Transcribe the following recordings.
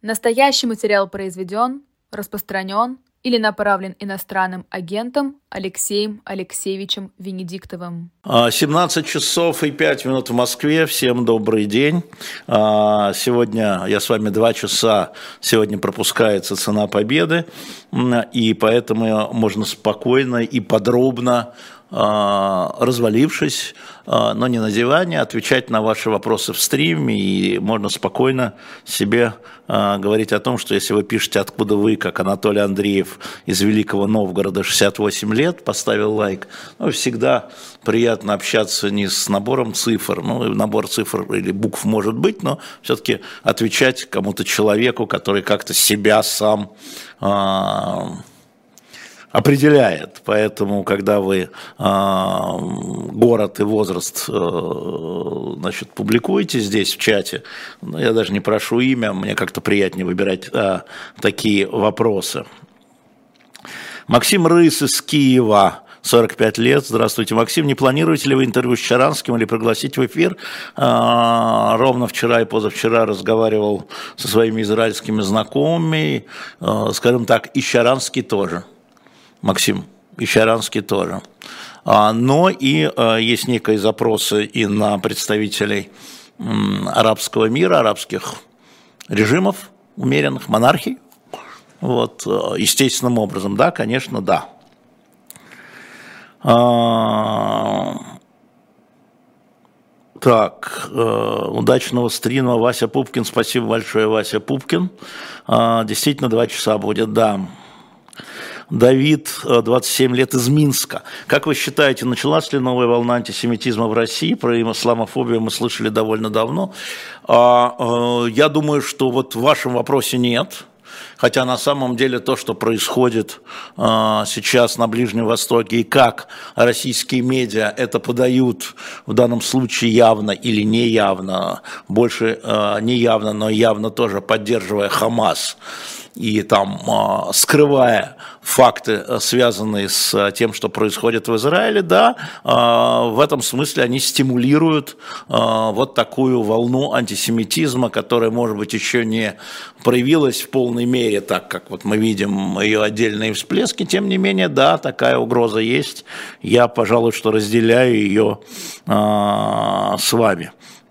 Настоящий материал произведен, распространен или направлен иностранным агентом Алексеем Алексеевичем Венедиктовым. 17 часов и 5 минут в Москве. Всем добрый день. Сегодня я с вами 2 часа. Сегодня пропускается цена победы. И поэтому можно спокойно и подробно, развалившись, но не на диване, отвечать на ваши вопросы в стриме, и можно спокойно себе говорить о том, что если вы пишете, откуда вы, как Анатолий Андреев из Великого Новгорода, 68 лет, поставил лайк, всегда приятно общаться не с набором цифр, набор цифр или букв может быть, но все-таки отвечать кому-то человеку, который как-то себя сам определяет. Поэтому, когда вы город и возраст публикуете здесь в чате, я даже не прошу имя, мне как-то приятнее выбирать такие вопросы. Максим Рыс из Киева, 45 лет. Здравствуйте, Максим. Не планируете ли вы интервью с Щаранским или пригласить в эфир? Ровно вчера и позавчера разговаривал со своими израильскими знакомыми, скажем так, и Щаранский тоже. Максим, и Щаранский тоже. Но и есть некие запросы и на представителей арабского мира, арабских режимов, умеренных, монархий. Естественным образом, да, конечно, да. Так, удачного стрима, Вася Пупкин. Спасибо большое, Вася Пупкин. Действительно, 2 часа будет, да. Давид, 27 лет, из Минска. Как вы считаете, началась ли новая волна антисемитизма в России? Про исламофобию мы слышали довольно давно. Я думаю, что в вашем вопросе нет. Хотя на самом деле то, что происходит сейчас на Ближнем Востоке, и как российские медиа это подают, в данном случае явно или неявно, больше неявно, но явно тоже поддерживая Хамас, и там скрывая факты, связанные с тем, что происходит в Израиле, да, в этом смысле они стимулируют такую волну антисемитизма, которая, может быть, еще не проявилась в полной мере, так как мы видим ее отдельные всплески, тем не менее, да, такая угроза есть. Я, пожалуй, что разделяю ее с вами.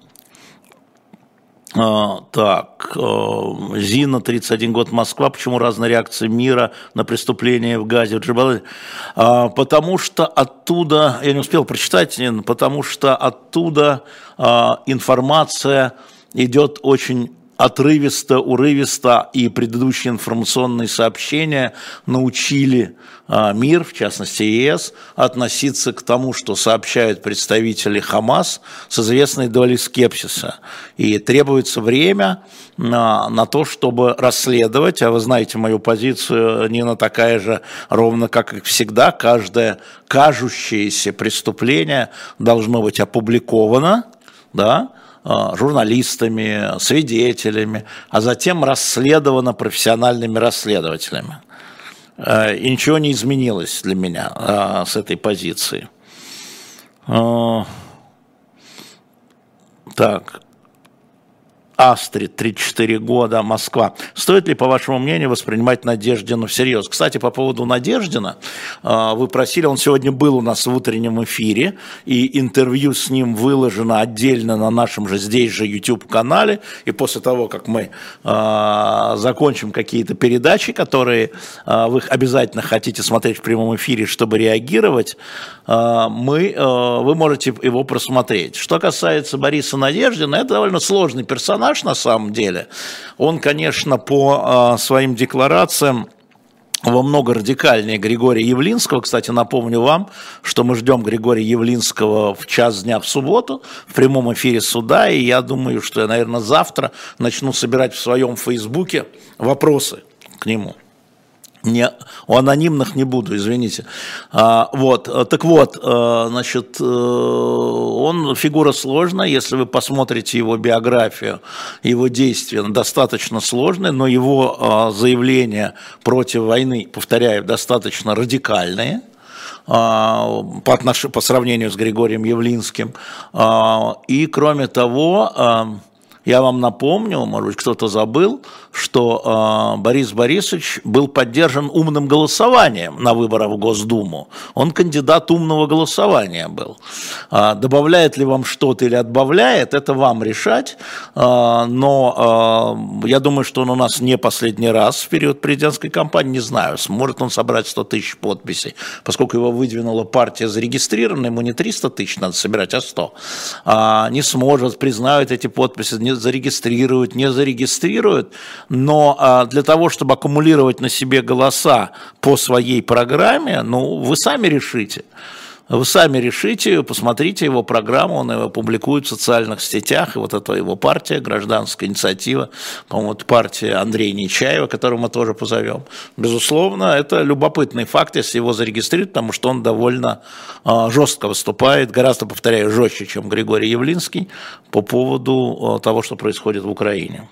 Так, Зина, 31 год, Москва. Почему разные реакции мира на преступления в Газе, в Джабале? Потому что оттуда, я не успел прочитать, потому что оттуда информация идет очень отрывисто, урывисто, и предыдущие информационные сообщения научили мир, в частности ЕС, относиться к тому, что сообщают представители Хамас, с известной долей скепсиса. И требуется время на то, чтобы расследовать, а вы знаете мою позицию, Нина, такая же, ровно как и всегда, каждое кажущееся преступление должно быть опубликовано, да, журналистами, свидетелями, а затем расследовано профессиональными расследователями. И ничего не изменилось для меня с этой позиции. Так. Астрид, 34 года, Москва. Стоит ли, по вашему мнению, воспринимать Надеждина всерьез? Кстати, по поводу Надеждина, вы просили, он сегодня был у нас в утреннем эфире, и интервью с ним выложено отдельно на нашем же здесь же YouTube-канале, и после того, как мы закончим какие-то передачи, которые вы обязательно хотите смотреть в прямом эфире, чтобы реагировать, вы можете его просмотреть. Что касается Бориса Надеждина, это довольно сложный персонаж, на самом деле. Он, конечно, по своим декларациям во много радикальнее Григория Явлинского. Кстати, напомню вам, что мы ждем Григория Явлинского в час дня в субботу в прямом эфире суда, и я думаю, что я, наверное, завтра начну собирать в своем фейсбуке вопросы к нему. У анонимных не буду, извините. Так вот, значит, он фигура сложная, если вы посмотрите его биографию, его действия, достаточно сложные, но его заявления против войны, повторяю, достаточно радикальные по сравнению с Григорием Явлинским. И, кроме того, Я вам напомню, может быть, кто-то забыл, что Борис Борисович был поддержан умным голосованием на выборах в Госдуму. Он кандидат умного голосования был. Добавляет ли вам что-то или отбавляет, это вам решать. Но я думаю, что он у нас не последний раз в период президентской кампании, не знаю, сможет он собрать 100 тысяч подписей. Поскольку его выдвинула партия зарегистрированная, ему не 300 тысяч надо собирать, а 100. Не сможет, признают эти подписи, не зарегистрируют, не зарегистрируют. Но для того, чтобы аккумулировать на себе голоса по своей программе, ну, вы сами решите. Вы сами решите, посмотрите его программу, он его публикует в социальных сетях, и вот это его партия, гражданская инициатива, по-моему, это партия Андрея Нечаева, которую мы тоже позовем. Безусловно, это любопытный факт, если его зарегистрируют, потому что он довольно жестко выступает, гораздо, повторяю, жестче, чем Григорий Явлинский, по поводу того, что происходит в Украине.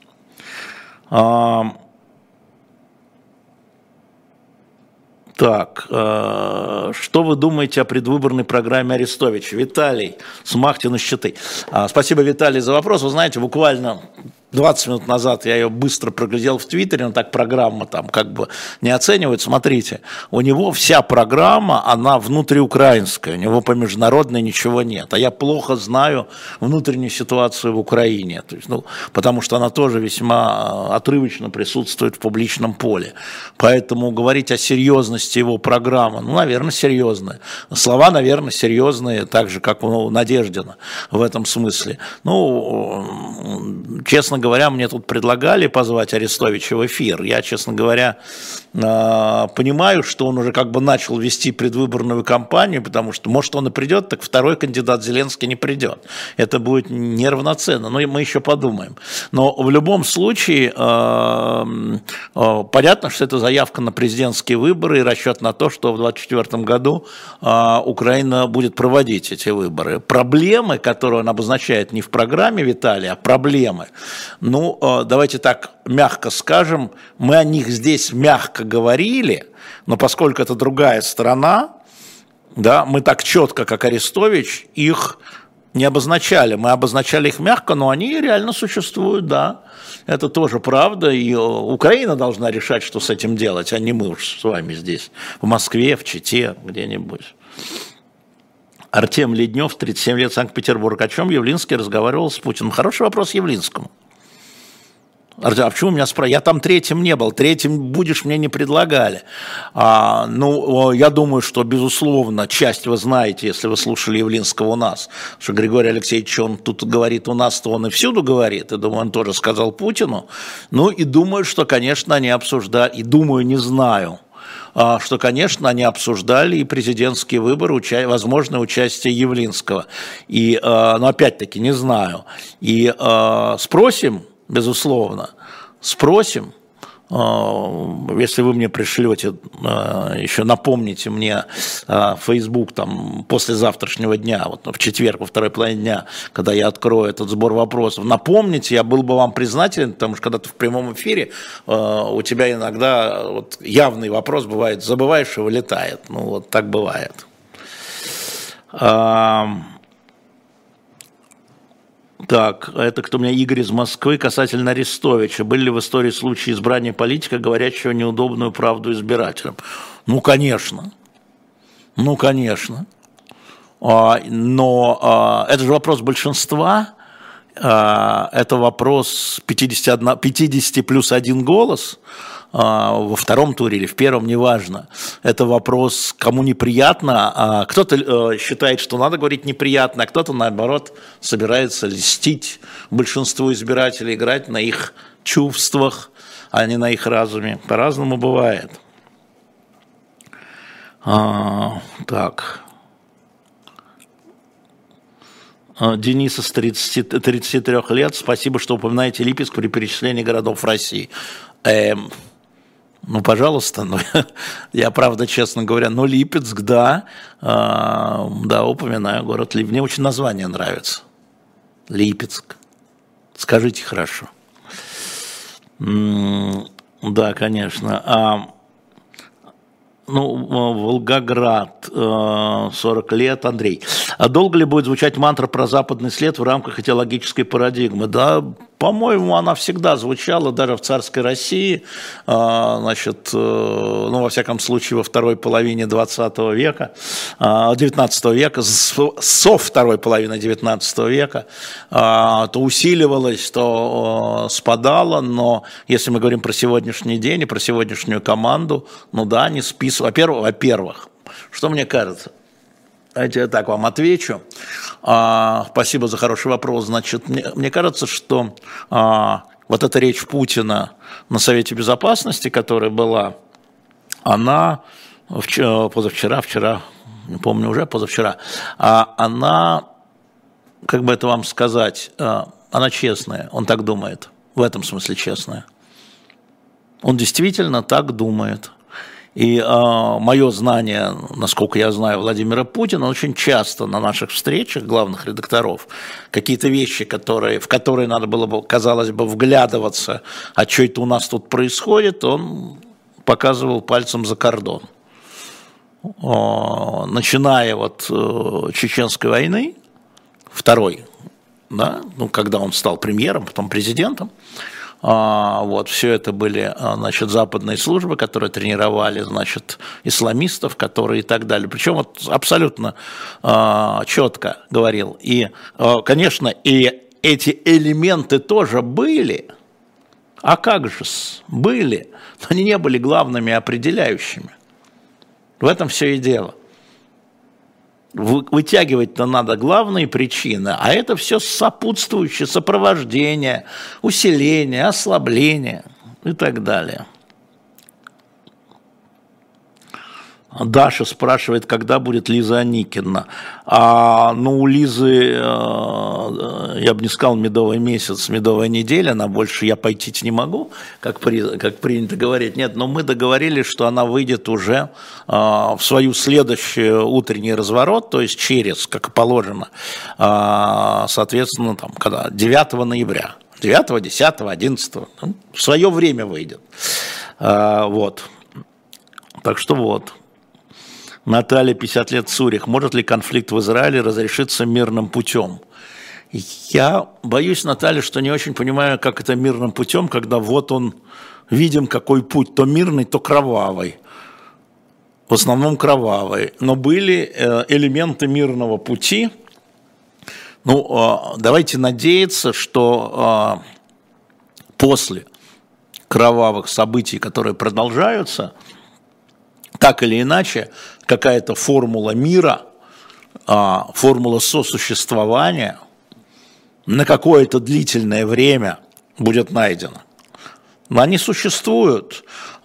Так, что вы думаете о предвыборной программе Арестовича? Виталий, смахте на щиты. Спасибо, Виталий, за вопрос. Вы знаете, буквально 20 минут назад я ее быстро проглядел в Твиттере, но так программа там как бы не оценивает. Смотрите, у него вся программа, она внутриукраинская, у него по международной ничего нет. А я плохо знаю внутреннюю ситуацию в Украине, то есть, ну, потому что она тоже весьма отрывочно присутствует в публичном поле. Поэтому говорить о серьезности его программы, ну, наверное, серьезная. Слова, наверное, серьезные, так же, как у Надеждина в этом смысле. Ну, честно говоря, мне тут предлагали позвать Арестовича в эфир. Я, честно говоря, понимаю, что он уже как бы начал вести предвыборную кампанию, потому что, может, он и придет, так второй кандидат Зеленский не придет. Это будет неравноценно, но мы еще подумаем. Но в любом случае, понятно, что это заявка на президентские выборы и расчет на то, что в 2024 году Украина будет проводить эти выборы. Проблемы, которые он обозначает не в программе Виталия, а проблемы, ну, давайте так мягко скажем, мы о них здесь мягко говорили, но поскольку это другая страна, да, мы так четко, как Арестович, их не обозначали. Мы обозначали их мягко, но они реально существуют, да. Это тоже правда, и Украина должна решать, что с этим делать, а не мы уж с вами здесь, в Москве, в Чите, где-нибудь. Артем Леднев, 37 лет, Санкт-Петербург. О чем Явлинский разговаривал с Путиным? Хороший вопрос Явлинскому. А почему меня спрашивают? Я там третьим не был, третьим будешь, мне не предлагали. Ну, я думаю, что, безусловно, часть вы знаете, если вы слушали Явлинского у нас, что Григорий Алексеевич, он тут говорит у нас, то он и всюду говорит, и думаю, он тоже сказал Путину. Ну, и думаю, что, конечно, они обсуждали, и думаю, не знаю, что, конечно, они обсуждали и президентские выборы, возможное участие Явлинского. И, но опять-таки, не знаю. И спросим, безусловно, спросим, если вы мне пришлете, еще напомните мне Facebook там, после завтрашнего дня, вот в четверг, во второй половине дня, когда я открою этот сбор вопросов, напомните, я был бы вам признателен, потому что когда ты в прямом эфире, у тебя иногда вот, явный вопрос бывает, забываешь и вылетает, ну вот так бывает. Так, это кто у меня? Игорь из Москвы касательно Арестовича. Были ли в истории случаи избрания политика, говорящего неудобную правду избирателям? Ну, конечно. Ну, конечно. Но это же вопрос большинства. Это вопрос 50 плюс 1 голос. Во втором туре или в первом, неважно. Это вопрос, кому неприятно. Кто-то считает, что надо говорить неприятно, а кто-то, наоборот, собирается льстить большинству избирателей, играть на их чувствах, а не на их разуме. По-разному бывает. Так. Дениса с 33 лет. Спасибо, что упоминаете Липецк при перечислении городов России. Ну, пожалуйста, но я, правда, честно говоря, ну, Липецк, да, да, упоминаю город Липецк. Мне очень название нравится. Липецк. Скажите хорошо. Да, конечно. Ну, Волгоград, 40 лет, Андрей. А долго ли будет звучать мантра про западный след в рамках идеологической парадигмы? Да, по-моему, она всегда звучала даже в царской России, значит, ну, во всяком случае, во второй половине 20 века, 19 века, со второй половины 19 века, то усиливалась, то спадала, но если мы говорим про сегодняшний день и про сегодняшнюю команду, ну да, они списывают. Во-первых, что мне кажется? Давайте я так вам отвечу. Спасибо за хороший вопрос. Значит, мне кажется, что вот эта речь Путина на Совете Безопасности, которая была, она позавчера, не помню уже, позавчера, она, как бы это вам сказать, она честная, он так думает, в этом смысле честная. Он действительно так думает. И мое знание, насколько я знаю Владимира Путина, очень часто на наших встречах главных редакторов какие-то вещи, в которые надо было бы, казалось бы, вглядываться, а что это у нас тут происходит, он показывал пальцем за кордон. Начиная от Чеченской войны, второй, да, ну, когда он стал премьером, потом президентом, вот, все это были, значит, западные службы, которые тренировали, значит, исламистов, которые и так далее. Причем вот абсолютно четко говорил. И, конечно, и эти элементы тоже были. А как же были? Но они не были главными определяющими. В этом все и дело. Вытягивать-то надо главные причины, а это все сопутствующее, сопровождение, усиление, ослабление и так далее. Даша спрашивает, когда будет Лиза Аникина. Ну, у Лизы, я бы не сказал медовый месяц, медовая неделя, на больше я пойти не могу, как принято говорить. Нет, но мы договорились, что она выйдет уже в свою следующую утренний разворот, то есть через, как положено, соответственно, там, когда 9 ноября, 9, 10, 11, в свое время выйдет. Вот. Так что вот. Наталья, 50 лет, Цюрих. Может ли конфликт в Израиле разрешиться мирным путем? Я боюсь, Наталья, что не очень понимаю, как это мирным путем, когда вот он, видим, какой путь, то мирный, то кровавый. В основном кровавый. Но были элементы мирного пути. Ну, давайте надеяться, что после кровавых событий, которые продолжаются, так или иначе, какая-то формула мира, формула сосуществования на какое-то длительное время будет найдена. Но они существуют.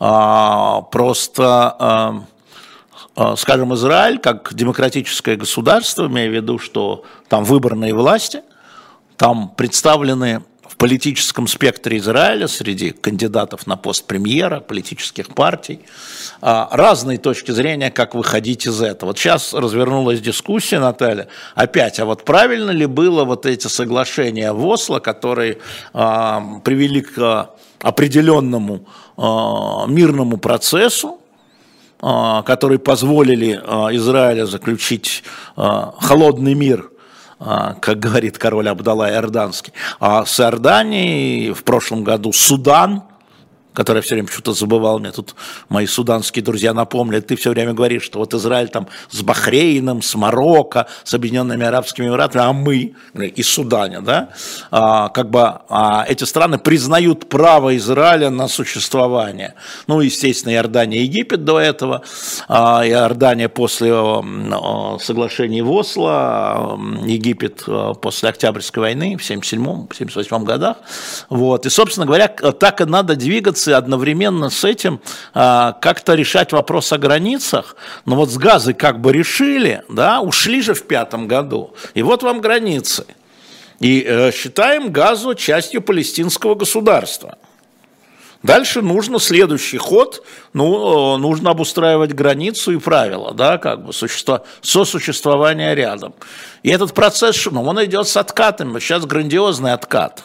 Просто, скажем, Израиль, как демократическое государство, имея в виду, что там выборные власти, там представлены в политическом спектре Израиля среди кандидатов на пост премьера, политических партий, разные точки зрения, как выходить из этого. Вот сейчас развернулась дискуссия, Наталья, опять, а вот правильно ли было вот эти соглашения в Осло, которые привели к определенному мирному процессу, которые позволили Израилю заключить холодный мир, как говорит король Абдалла Иорданский, а с Иорданией в прошлом году Судан, который я все время что-то забывал, мне тут мои суданские друзья напомнили, ты все время говоришь, что вот Израиль там с Бахрейном, с Марокко, с Объединенными Арабскими Эмиратами, а мы из Судана, да, эти страны признают право Израиля на существование. Ну, естественно, Иордания и Египет до этого, Иордания после соглашений в Осло, Египет после Октябрьской войны в 1977-1978 годах. Вот. И, собственно говоря, так и надо двигаться, и одновременно с этим как-то решать вопрос о границах. Но вот с Газой как бы решили, да, ушли же в 2005 году, и вот вам границы. И считаем Газу частью палестинского государства. Дальше нужно следующий ход, нужно обустраивать границу и правила, да, как бы сосуществования рядом. И этот процесс, он идет с откатами, сейчас грандиозный откат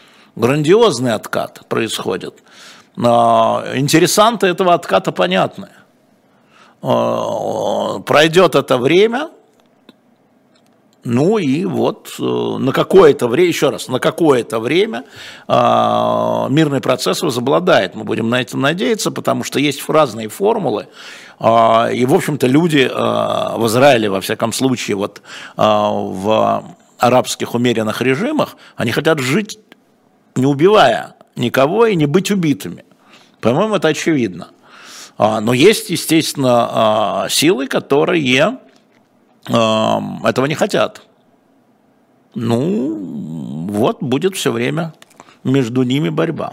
происходит. Интересанты этого отката понятны. Пройдет это время, Ну и вот на какое-то время, еще раз, на какое-то время мирный процесс возобладает. Мы будем на это надеяться, потому что есть разные формулы. И, в общем-то, люди в Израиле, во всяком случае, вот в арабских умеренных режимах, они хотят жить, не убивая никого и не быть убитыми. По-моему, это очевидно. Но есть, естественно, силы, которые этого не хотят. Ну, вот будет все время между ними борьба.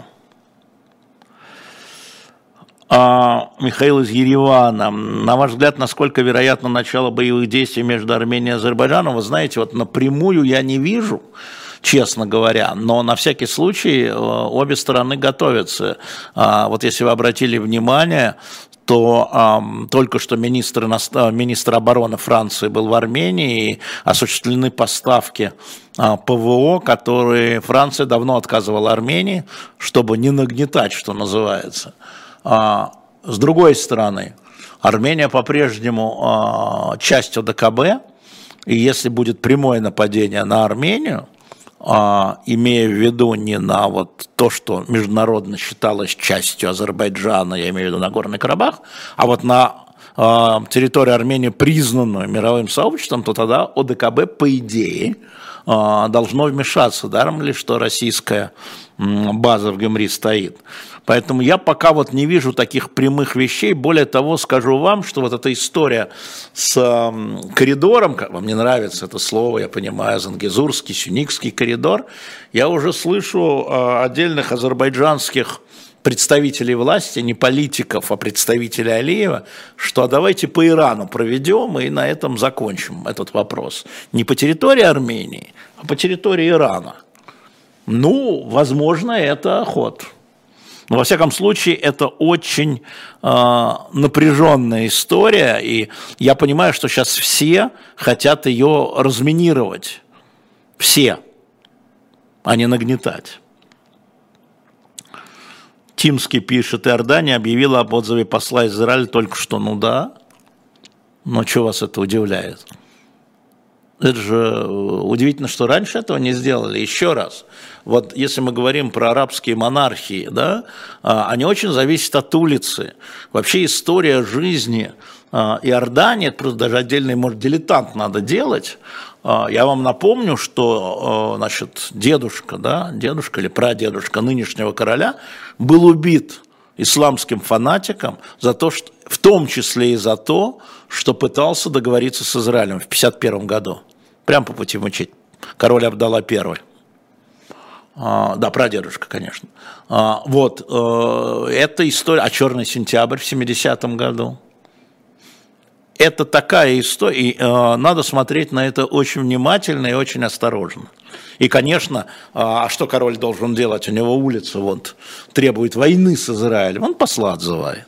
Михаил из Еревана. На ваш взгляд, насколько вероятно начало боевых действий между Арменией и Азербайджаном? Вы знаете, вот напрямую я не вижу, честно говоря, но на всякий случай обе стороны готовятся. Вот если вы обратили внимание, то только что министр обороны Франции был в Армении, и осуществлены поставки ПВО, которые Франция давно отказывала Армении, чтобы не нагнетать, что называется. С другой стороны, Армения по-прежнему часть ОДКБ, и если будет прямое нападение на Армению, имея в виду не на вот то, что международно считалось частью Азербайджана, я имею в виду Нагорный Карабах, а вот на территорию Армении, признанную мировым сообществом, то тогда ОДКБ, по идее, должно вмешаться, даром ли, что российская база в Гюмри стоит. Поэтому я пока вот не вижу таких прямых вещей. Более того, скажу вам, что вот эта история с коридором, как вам не нравится это слово, я понимаю, Зангезурский, Сюникский коридор, я уже слышу отдельных азербайджанских представителей власти, не политиков, а представителей Алиева, что давайте по Ирану проведем и на этом закончим этот вопрос. Не по территории Армении, а по территории Ирана. Ну, возможно, это ход. Но, во всяком случае, это очень напряженная история, и я понимаю, что сейчас все хотят ее разминировать. Все, а не нагнетать. Тимский пишет, Иордания объявила об отзыве посла Израиля только что. Ну да, но что вас это удивляет? Это же удивительно, что раньше этого не сделали. Еще раз, вот если мы говорим про арабские монархии, да, они очень зависят от улицы. Вообще история жизни Иордании, это просто даже отдельный, может, дилетант надо делать. Я вам напомню, что, значит, дедушка, да, дедушка или прадедушка нынешнего короля был убит исламским фанатиком за то, что, в том числе и за то, что пытался договориться с Израилем в 1951 году. Прямо по пути в мечеть. Король Абдалла I. Да, прадедушка, конечно. Вот, это история, а «Черный сентябрь» в 70-м году. Это такая история, и надо смотреть на это очень внимательно и очень осторожно. И, конечно, а что король должен делать? У него улица вот, требует войны с Израилем, он посла отзывает.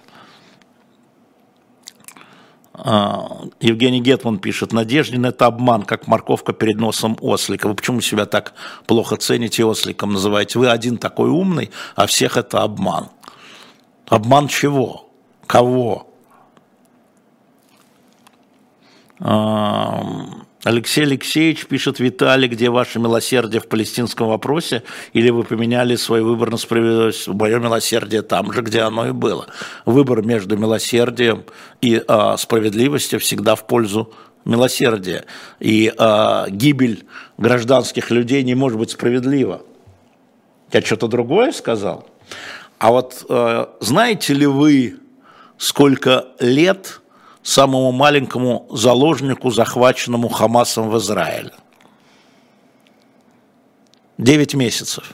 Евгений Гетман пишет, Надеждин – это обман, как морковка перед носом ослика. Вы почему себя так плохо цените, осликом называете? Вы один такой умный, а всех это обман. Обман чего? Кого? Алексей Алексеевич пишет, Виталий, где ваше милосердие в палестинском вопросе, или вы поменяли свой выбор на справедливость? Мое милосердие там же, где оно и было. Выбор между милосердием и справедливостью всегда в пользу милосердия. И гибель гражданских людей не может быть справедлива. Я что-то другое сказал? А вот знаете ли вы, сколько лет самому маленькому заложнику, захваченному Хамасом в Израиле? 9 месяцев.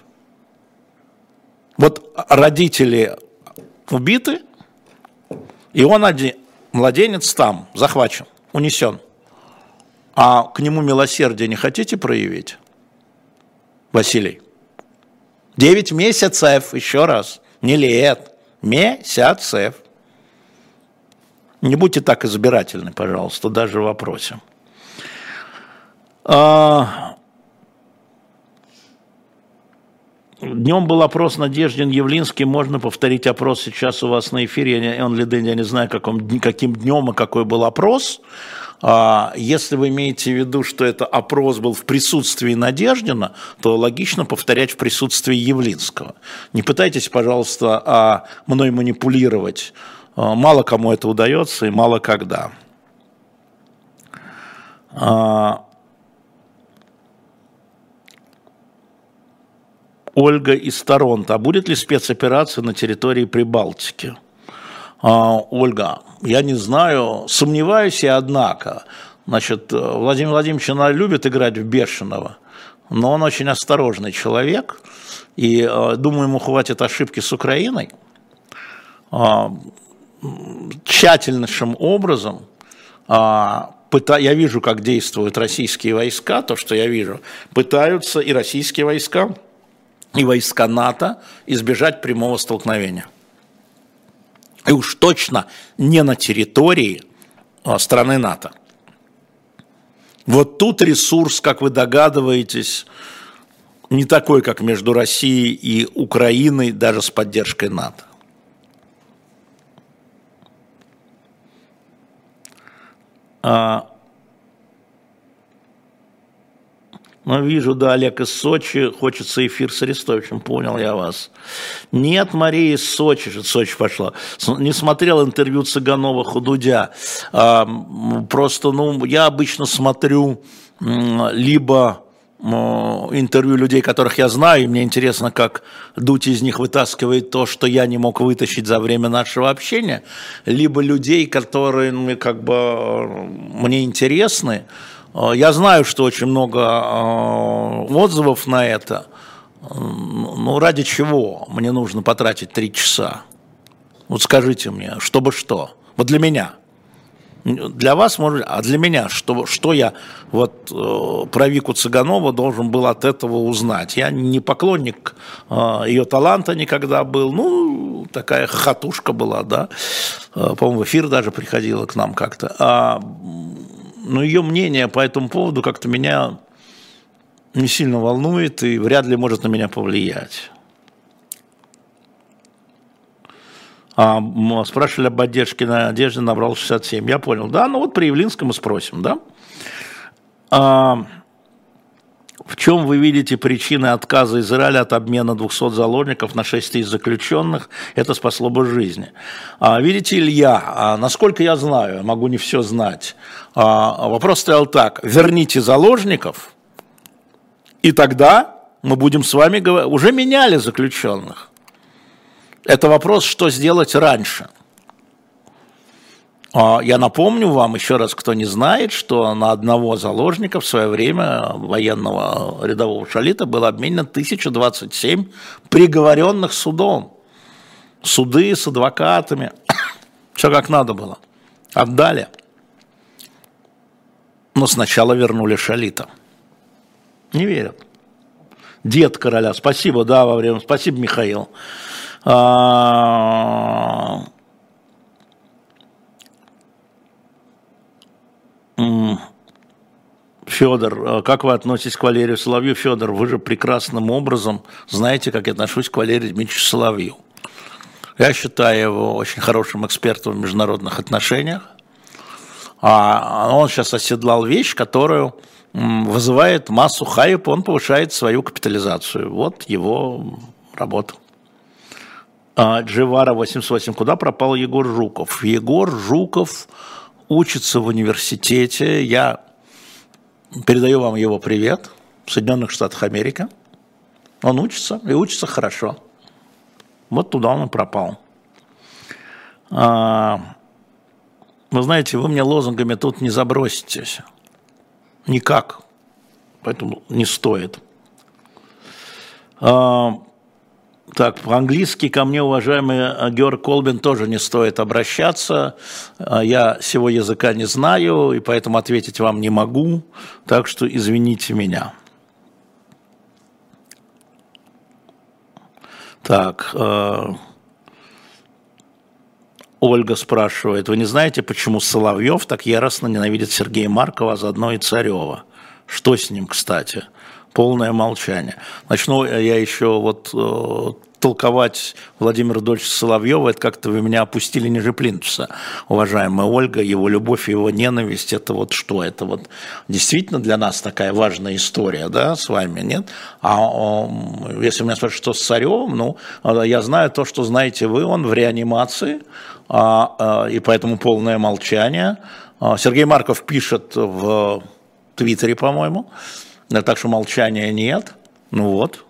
Вот родители убиты, и он один, младенец там, захвачен, унесен. А к нему милосердие не хотите проявить, Василий? 9 месяцев, еще раз, не лет, месяцев. Не будьте так избирательны, пожалуйста, даже в вопросе. Днем был опрос Надеждин Явлинский. Можно повторить опрос сейчас у вас на эфире? Я не знаю, каким днем и какой был опрос. Если вы имеете в виду, что это опрос был в присутствии Надеждина, то логично повторять в присутствии Явлинского. Не пытайтесь, пожалуйста, мной манипулировать. Мало кому это удается и мало когда. Ольга из Торонто. А будет ли спецоперация на территории Прибалтики? Ольга, я не знаю, сомневаюсь я, однако. Значит, Владимир Владимирович, она любит играть в бешеного, но он очень осторожный человек, и, думаю, ему хватит ошибки с Украиной. Тщательнейшим образом, я вижу, как действуют российские войска, то, что я вижу, пытаются и российские войска, и войска НАТО избежать прямого столкновения. И уж точно не на территории страны НАТО. Вот тут ресурс, как вы догадываетесь, не такой, как между Россией и Украиной, даже с поддержкой НАТО. Ну, вижу, да, Олег из Сочи, хочется эфир с Арестовичем, понял я вас. Нет, Мария из Сочи, же Сочи пошла. Не смотрел интервью Цыганова, Худудя. Просто, я обычно смотрю либо интервью людей, которых я знаю, и мне интересно, как Дудь из них вытаскивает то, что я не мог вытащить за время нашего общения, либо людей, которые мне интересны. Я знаю, что очень много отзывов на это, но ради чего мне нужно потратить 3 часа? Вот скажите мне, чтобы что? Вот для меня. Для вас, может, а для меня, что я про Вику Цыганову должен был от этого узнать? Я не поклонник ее таланта никогда был, такая хохотушка была, да, по-моему, в эфир даже приходила к нам как-то, но ее мнение по этому поводу как-то меня не сильно волнует и вряд ли может на меня повлиять. Спрашивали об поддержке Надежды, набрал 67. Я понял. Да, при Явлинском мы спросим, да? В чем вы видите причины отказа Израиля от обмена 200 заложников на 6 тысяч заключенных? Это спасло бы жизни. Видите, Илья, насколько я знаю, могу не все знать, вопрос стоял так: верните заложников, и тогда мы будем с вами говорить. Уже меняли заключенных. Это вопрос, что сделать раньше. Я напомню вам еще раз, кто не знает, что на одного заложника в свое время военного рядового шалита было обменено 1027 приговоренных судом. Суды с адвокатами. Все как надо было. Отдали. Но сначала вернули шалита. Не верят. Дед короля. Спасибо, да, Спасибо, Михаил. Федор, как вы относитесь к Валерию Соловью? Федор, вы же прекрасным образом знаете, как я отношусь к Валерию Дмитриевичу Соловью. Я считаю его очень хорошим экспертом в международных отношениях. Он сейчас оседлал вещь, которую вызывает массу хайпа, он повышает свою капитализацию. Вот его работа. Дживара 88. Куда пропал Егор Жуков? Егор Жуков учится в университете. Я передаю вам его привет в Соединенных Штатах Америки. Он учится и учится хорошо. Вот туда он и пропал. Вы знаете, вы мне лозунгами тут не заброситесь. Никак. Поэтому не стоит. Так, по-английски ко мне, уважаемый Георг Колбин, тоже не стоит обращаться. Я сего языка не знаю, и поэтому ответить вам не могу. Так что извините меня. Так, Ольга спрашивает, вы не знаете, почему Соловьев так яростно ненавидит Сергея Маркова, а заодно и Царева? Что с ним, кстати? Полное молчание. Начну я еще толковать Владимира Рудольфовича Соловьева, это как-то вы меня опустили ниже плинтуса, уважаемая Ольга, его любовь, его ненависть, это вот что? Это вот действительно для нас такая важная история, да, с вами, нет? А если меня спрашивают, что с Царевым, ну, я знаю то, что знаете вы, он в реанимации, и поэтому полное молчание. Сергей Марков пишет в Твиттере, по-моему, так что молчания нет, ну вот.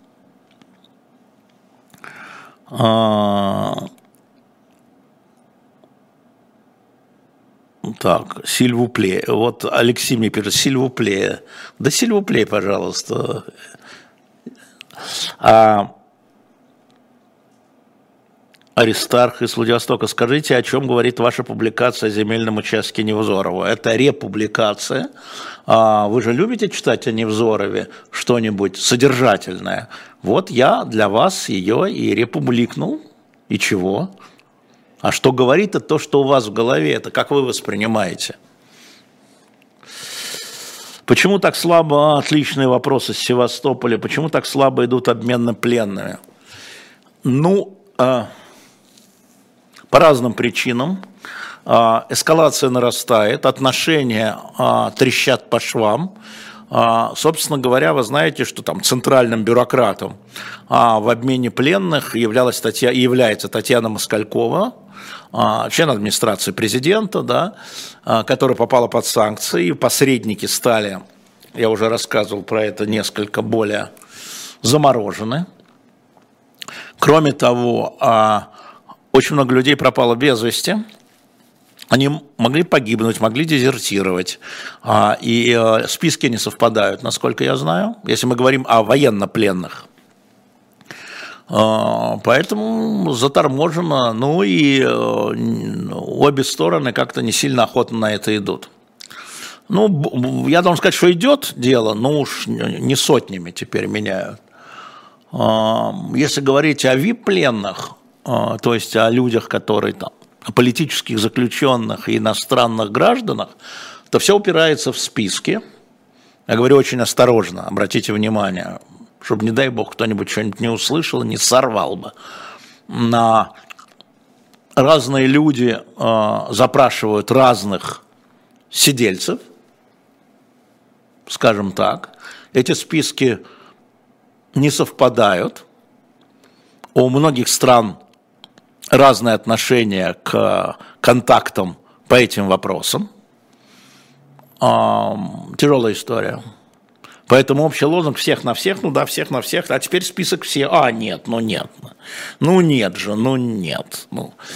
Так, сильвупле. Вот Алексей мне пишет, сильвупле. Да сильвупле, пожалуйста. Аристарх из Владивостока. Скажите, о чем говорит ваша публикация о земельном участке Невзорова? Это републикация. Вы же любите читать о Невзорове что-нибудь содержательное? Вот я для вас ее и републикнул. И чего? А что говорит, это то, что у вас в голове, это как вы воспринимаете. Почему так слабо, отличные вопросы с Севастополя, почему так слабо идут обмены пленными? Ну, по разным причинам. Эскалация нарастает, отношения трещат по швам. Собственно говоря, вы знаете, что там центральным бюрократом в обмене пленных является Татьяна Москалькова, член администрации президента, да, которая попала под санкции, и посредники стали, я уже рассказывал про это, несколько более заморожены. Кроме того, очень много людей пропало без вести. Они могли погибнуть, могли дезертировать, и списки не совпадают, насколько я знаю, если мы говорим о военнопленных. Поэтому заторможено, ну и обе стороны как-то не сильно охотно на это идут. Ну, я должен сказать, что идет дело, но уж не сотнями теперь меняют. Если говорить о ВИП-пленных, то есть о людях, которые там, о политических заключенных и иностранных гражданах, то все упирается в списки. Я говорю очень осторожно, обратите внимание, чтобы, не дай бог, кто-нибудь что-нибудь не услышал, не сорвал бы. Разные люди запрашивают разных сидельцев, скажем так. Эти списки не совпадают. У многих стран разное отношение к контактам по этим вопросам. Тяжелая история. Поэтому общий лозунг всех на всех, ну да, всех на всех, а теперь список все. Нет, ну нет. Ну нет же, ну нет.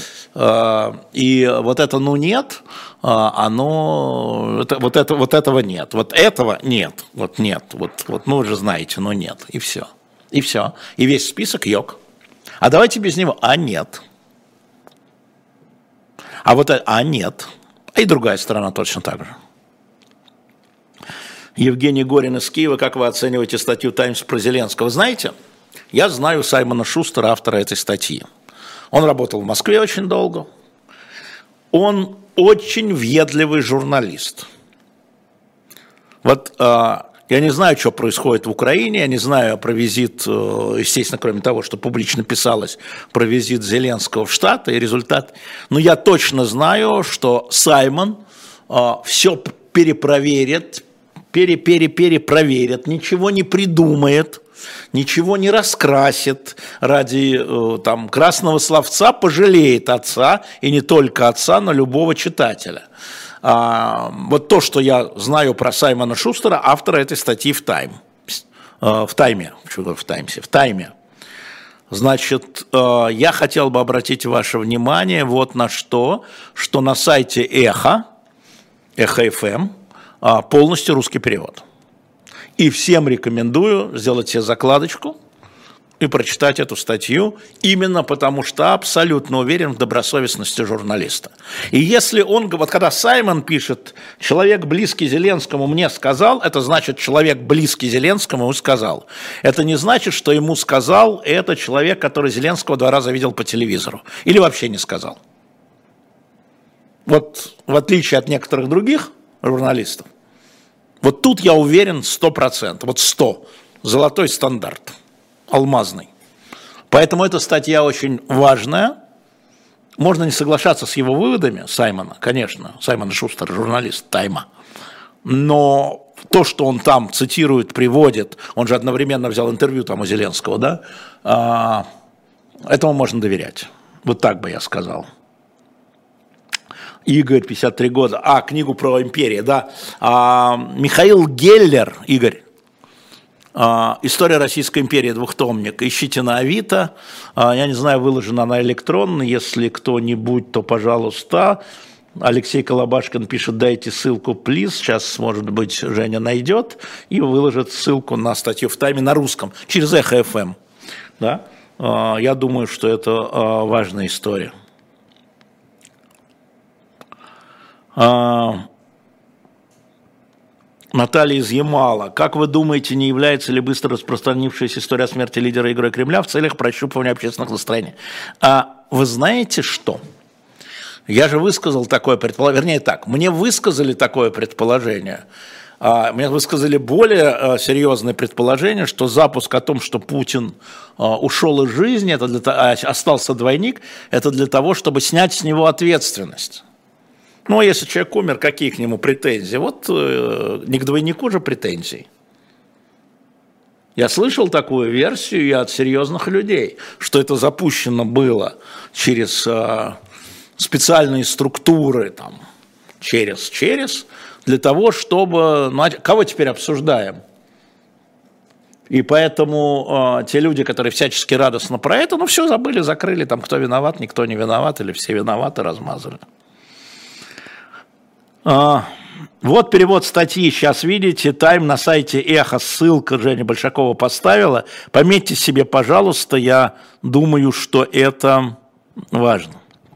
И вот это ну нет, оно, вот этого нет. Вот этого нет. Вот нет. Вот, ну вы же знаете, ну нет. И все. И все. И весь список йог. А давайте без него. Нет. А вот это, нет. И другая сторона точно так же. Евгений Горин из Киева, как вы оцениваете статью «Таймс» про Зеленского? Знаете, я знаю Саймона Шустера, автора этой статьи. Он работал в Москве очень долго. Он очень въедливый журналист. Вот я не знаю, что происходит в Украине, я не знаю про визит, естественно, кроме того, что публично писалось про визит Зеленского в Штаты и результат. Но я точно знаю, что Саймон все перепроверит, перепроверит, ничего не придумает, ничего не раскрасит ради там, красного словца, пожалеет отца, и не только отца, но любого читателя. Вот то, что я знаю про Саймона Шустера, автора этой статьи в «Тайме». Значит, я хотел бы обратить ваше внимание вот на что на сайте Эхо FM, полностью русский перевод. И всем рекомендую сделать себе закладочку и прочитать эту статью, именно потому что абсолютно уверен в добросовестности журналиста. И если он, вот когда Саймон пишет, человек близкий Зеленскому мне сказал, это значит, человек близкий Зеленскому ему сказал. Это не значит, что ему сказал это человек, который Зеленского 2 раза видел по телевизору. Или вообще не сказал. Вот в отличие от некоторых других журналистов, вот тут я уверен 100%, вот 100, золотой стандарт, алмазный. Поэтому эта статья очень важная. Можно не соглашаться с его выводами, Саймона, конечно, Саймон Шустер, журналист Тайма, но то, что он там цитирует, приводит, он же одновременно взял интервью там у Зеленского, да, этому можно доверять. Вот так бы я сказал. Игорь, 53 года. Книгу про империю, да. Михаил Геллер, Игорь. «История Российской империи», двухтомник. Ищите на Авито. Я не знаю, выложена она электронно. Если кто-нибудь, то пожалуйста. Алексей Колобашкин пишет: дайте ссылку, плиз. Сейчас, может быть, Женя найдет и выложит ссылку на статью в Тайме на русском через Эхо ФМ. Да? Я думаю, что это важная история. Наталья из Ямала. Как вы думаете, не является ли быстро распространившаяся история о смерти лидера и героя Кремля в целях прощупывания общественных настроений? Вы знаете что? Я же высказал такое предположение, вернее так, мне высказали такое предположение. Мне высказали более серьезное предположение, что запуск о том, что Путин ушел из жизни, остался двойник, это для того, чтобы снять с него ответственность. Ну, а если человек умер, какие к нему претензии? Вот не к двойнику же претензий. Я слышал такую версию и от серьезных людей, что это запущено было через специальные структуры, там, через, для того, чтобы... Ну, кого теперь обсуждаем? И поэтому те люди, которые всячески радостно про это, все забыли, закрыли, там, кто виноват, никто не виноват, или все виноваты, размазали. Вот перевод статьи, сейчас видите, Тайм на сайте Эхо, ссылка Женя Большакова поставила. Пометьте себе, пожалуйста, я думаю, что это важно.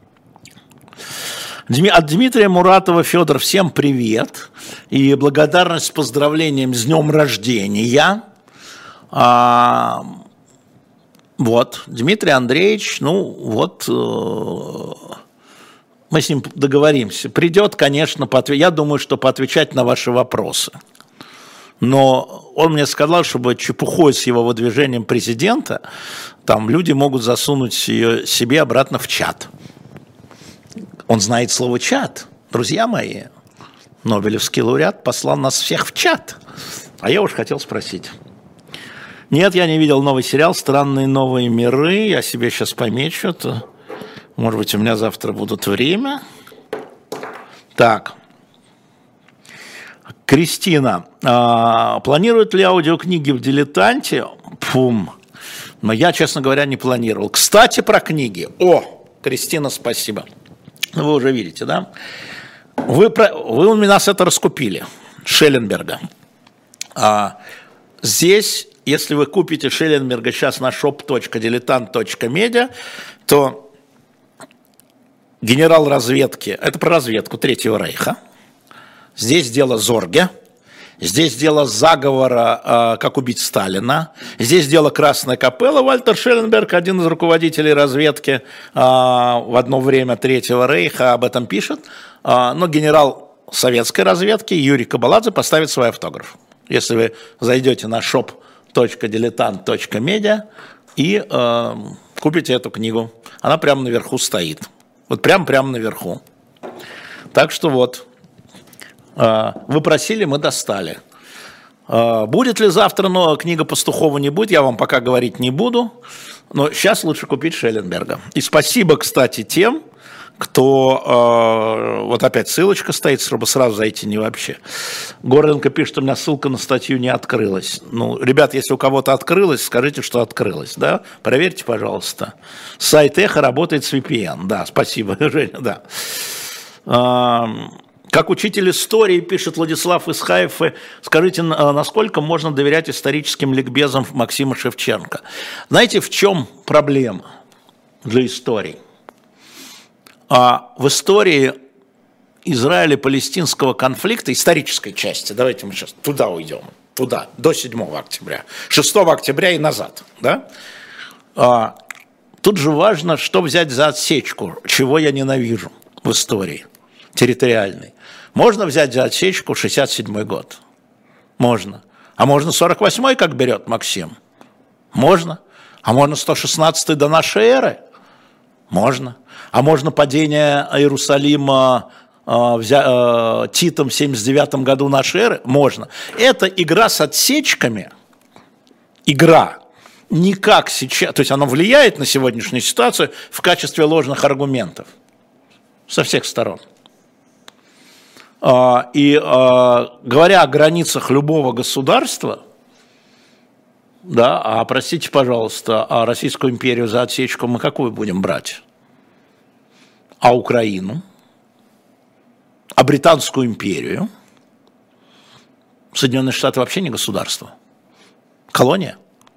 От Дмитрия Муратова: Федор, всем привет и благодарность с поздравлением с днем рождения. Вот, Дмитрий Андреевич, мы с ним договоримся. Придет, конечно, я думаю, что поотвечать на ваши вопросы. Но он мне сказал, чтобы чепухой с его выдвижением президента, там люди могут засунуть ее себе обратно в чат. Он знает слово «чат». Друзья мои, Нобелевский лауреат послал нас всех в чат. А я уж хотел спросить. Нет, я не видел новый сериал «Странные новые миры». Я себе сейчас помечу это. Может быть, у меня завтра будет время. Так. Кристина. Планируют ли аудиокниги в «Дилетанте»? Но я, честно говоря, не планировал. Кстати, про книги. Кристина, спасибо. Вы уже видите, да? Вы у нас это раскупили. Шелленберга. Здесь, если вы купите Шелленберга сейчас на shop.diletant.media, то генерал разведки, это про разведку Третьего Рейха, здесь дело Зорге, здесь дело заговора, как убить Сталина, здесь дело Красная Капелла. Вальтер Шелленберг, один из руководителей разведки в одно время Третьего Рейха, об этом пишет, но генерал советской разведки Юрий Кабаладзе поставит свой автограф. Если вы зайдете на shop.diletant.media и купите эту книгу, она прямо наверху стоит. Вот прямо наверху. Так что вот, вы просили, мы достали. Будет ли завтра новая книга Пастухова, не будет, я вам пока говорить не буду, но сейчас лучше купить Шелленберга. И спасибо, кстати, тем, кто, вот опять ссылочка стоит, чтобы сразу зайти, не вообще. Горленко пишет, у меня ссылка на статью не открылась. Ребят, если у кого-то открылась, скажите, что открылась, да? Проверьте, пожалуйста. Сайт Эхо работает с VPN, да, спасибо, Женя, да. Как учитель истории, пишет Владислав из Хайфы, скажите, насколько можно доверять историческим ликбезам Максима Шевченко? Знаете, в чем проблема для истории? В истории Израиля-палестинского конфликта, исторической части, давайте мы сейчас туда уйдем, туда, до 7 октября, 6 октября и назад, да? Тут же важно, что взять за отсечку, чего я ненавижу в истории территориальной. Можно взять за отсечку 67 год? Можно. А можно 48-й, как берет Максим? Можно. А можно 116 до нашей эры? Можно. А можно падение Иерусалима Титом в 79 году нашей эры? Можно. Это игра с отсечками, игра, никак сейчас, то есть она влияет на сегодняшнюю ситуацию в качестве ложных аргументов со всех сторон. И говоря о границах любого государства, да, а простите, пожалуйста, а Российскую империю за отсечку мы какую будем брать? А Украину? А Британскую империю? Соединенные Штаты вообще не государство. Колония.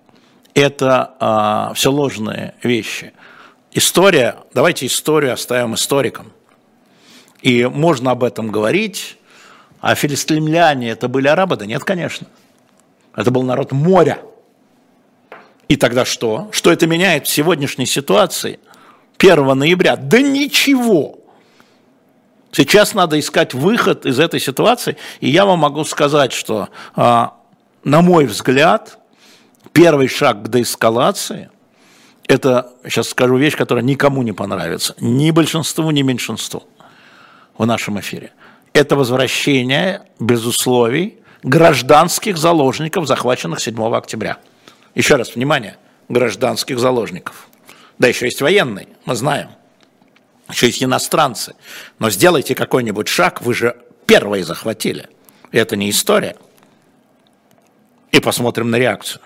Это все ложные вещи. История, давайте историю оставим историкам. И можно об этом говорить. А филистимляне это были арабы? Да нет, конечно. Это был народ моря. И тогда что? Что это меняет в сегодняшней ситуации? 1 ноября? Да ничего. Сейчас надо искать выход из этой ситуации. И я вам могу сказать, что, на мой взгляд, первый шаг к деэскалации, это, сейчас скажу вещь, которая никому не понравится, ни большинству, ни меньшинству в нашем эфире. Это возвращение, без условий, гражданских заложников, захваченных 7 октября. Еще раз, внимание, гражданских заложников. Да, еще есть военные, мы знаем. Еще есть иностранцы. Но сделайте какой-нибудь шаг, вы же первые захватили. Это не история. И посмотрим на реакцию.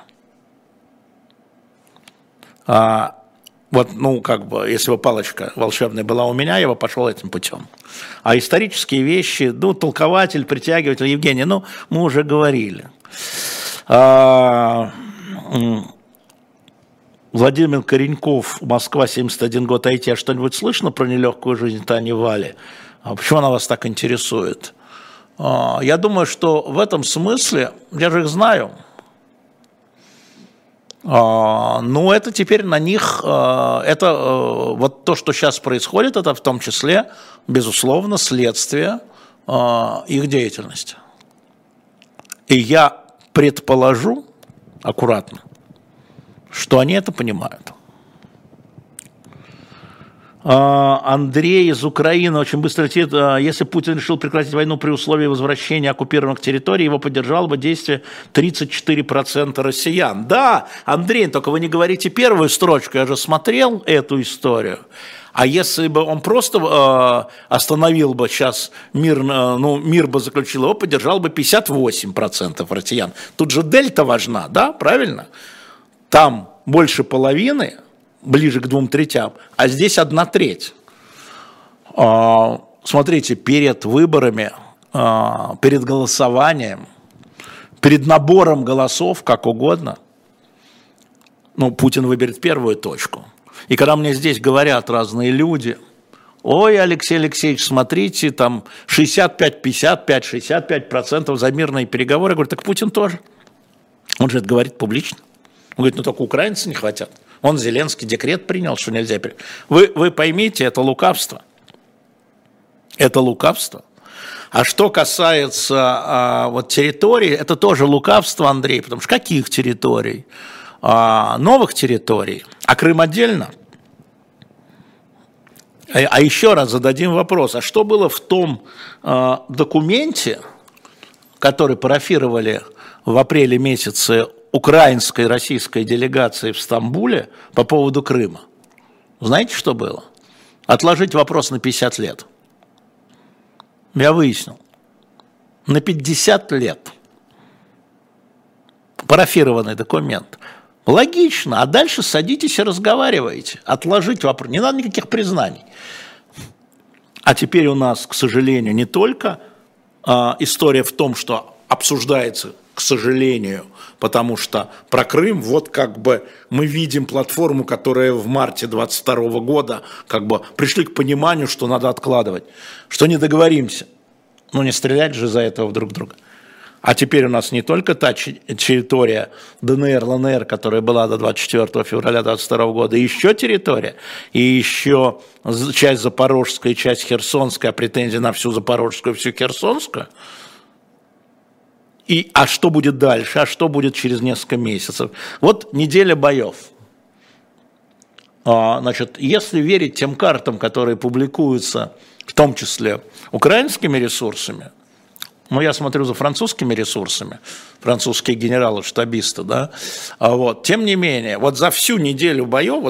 Вот, ну, как бы, если бы палочка волшебная была у меня, я бы пошел этим путем. А исторические вещи, ну, толкователь, притягиватель, Евгений, ну, мы уже говорили. Владимир Кореньков, Москва, 71 год, а что-нибудь слышно про нелегкую жизнь Тани Вали? Почему она вас так интересует? Я думаю, что в этом смысле, я же их знаю, ну, это теперь на них, это вот то, что сейчас происходит, это в том числе, безусловно, следствие их деятельности. И я предположу, аккуратно, что они это понимают. Андрей из Украины очень быстро летит. Если Путин решил прекратить войну при условии возвращения оккупированных территорий, его поддержало бы действие 34% россиян. Да, Андрей, только вы не говорите первую строчку, я же смотрел эту историю. А если бы он просто остановил бы сейчас мир, ну, мир бы заключил, его поддержал бы 58% россиян. Тут же дельта важна, да, правильно? Там больше половины, ближе к 2/3, а здесь 1/3. Смотрите, перед выборами, перед голосованием, перед набором голосов, как угодно, ну, Путин выберет первую точку. И когда мне здесь говорят разные люди, ой, Алексей Алексеевич, смотрите, там 65, 65% за мирные переговоры, я говорю, так Путин тоже. Он же это говорит публично. Он говорит, ну только украинцы не хотят. Он Зеленский декрет принял, что нельзя. Вы поймите, это лукавство. Это лукавство. А что касается вот территорий, это тоже лукавство, Андрей, потому что каких территорий? Новых территорий. А Крым отдельно? А еще раз зададим вопрос. А что было в том документе, который парафировали в апреле месяце украинской и российской делегации в Стамбуле по поводу Крыма? Знаете, что было? Отложить вопрос на 50 лет. Я выяснил. На 50 лет. Парафированный документ. Логично. А дальше садитесь и разговаривайте. Отложить вопрос. Не надо никаких признаний. А теперь у нас, к сожалению, не только история в том, что обсуждается, к сожалению, потому что про Крым, вот как бы мы видим платформу, которая в марте 2022 года как бы пришли к пониманию, что надо откладывать, что не договоримся. Ну не стрелять же за этого друг друга. А теперь у нас не только та территория ДНР, ЛНР, которая была до 24 февраля 2022 года, еще территория, и еще часть Запорожская, часть Херсонская, а претензии на всю Запорожскую, всю Херсонскую. А что будет дальше? А что будет через несколько месяцев? Вот неделя боев. Значит, если верить тем картам, которые публикуются, в том числе украинскими ресурсами, ну, я смотрю за французскими ресурсами, французские генералы-штабисты, да, вот, тем не менее, вот за всю неделю боев,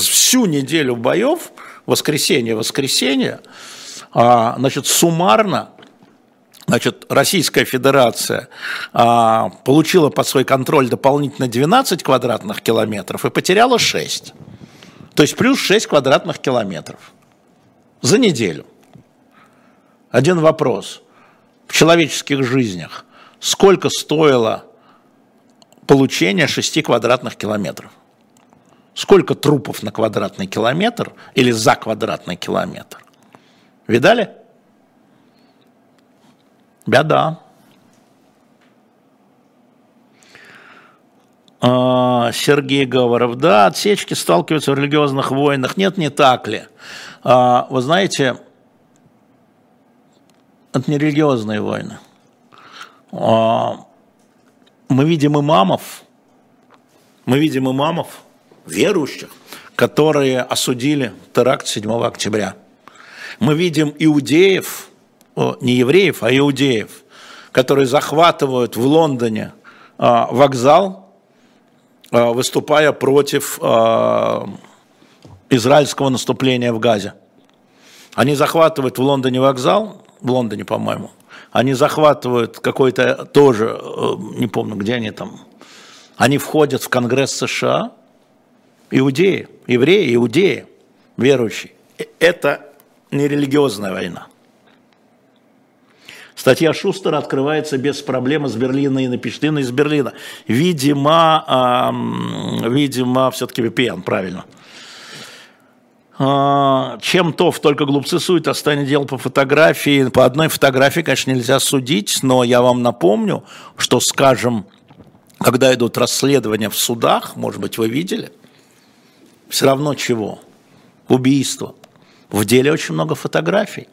воскресенье, значит, суммарно, значит, Российская Федерация получила под свой контроль дополнительно 12 квадратных километров и потеряла 6. То есть плюс 6 квадратных километров за неделю. Один вопрос. В человеческих жизнях сколько стоило получение 6 квадратных километров? Сколько трупов на квадратный километр или за квадратный километр? Видали? Беда. Сергей Говоров. Да, отсечки сталкиваются в религиозных войнах. Нет, не так ли? Вы знаете, это не религиозные войны. Мы видим имамов, верующих, которые осудили теракт 7 октября. Мы видим иудеев, не евреев, а иудеев, которые захватывают в Лондоне вокзал, выступая против израильского наступления в Газе. Они захватывают в Лондоне вокзал, в Лондоне, по-моему, они захватывают какой-то тоже, не помню, где они там, они входят в Конгресс США, иудеи, евреи, иудеи, верующие. Это не религиозная война. Статья Шустера открывается без проблем из Берлина и напечатана из Берлина. Видимо, все-таки VPN, правильно. Чем ТОВ только глупцы суют, а станет дело по фотографии. По одной фотографии, конечно, нельзя судить, но я вам напомню, что, скажем, когда идут расследования в судах, может быть, вы видели, все равно чего? Убийство. В деле очень много фотографий.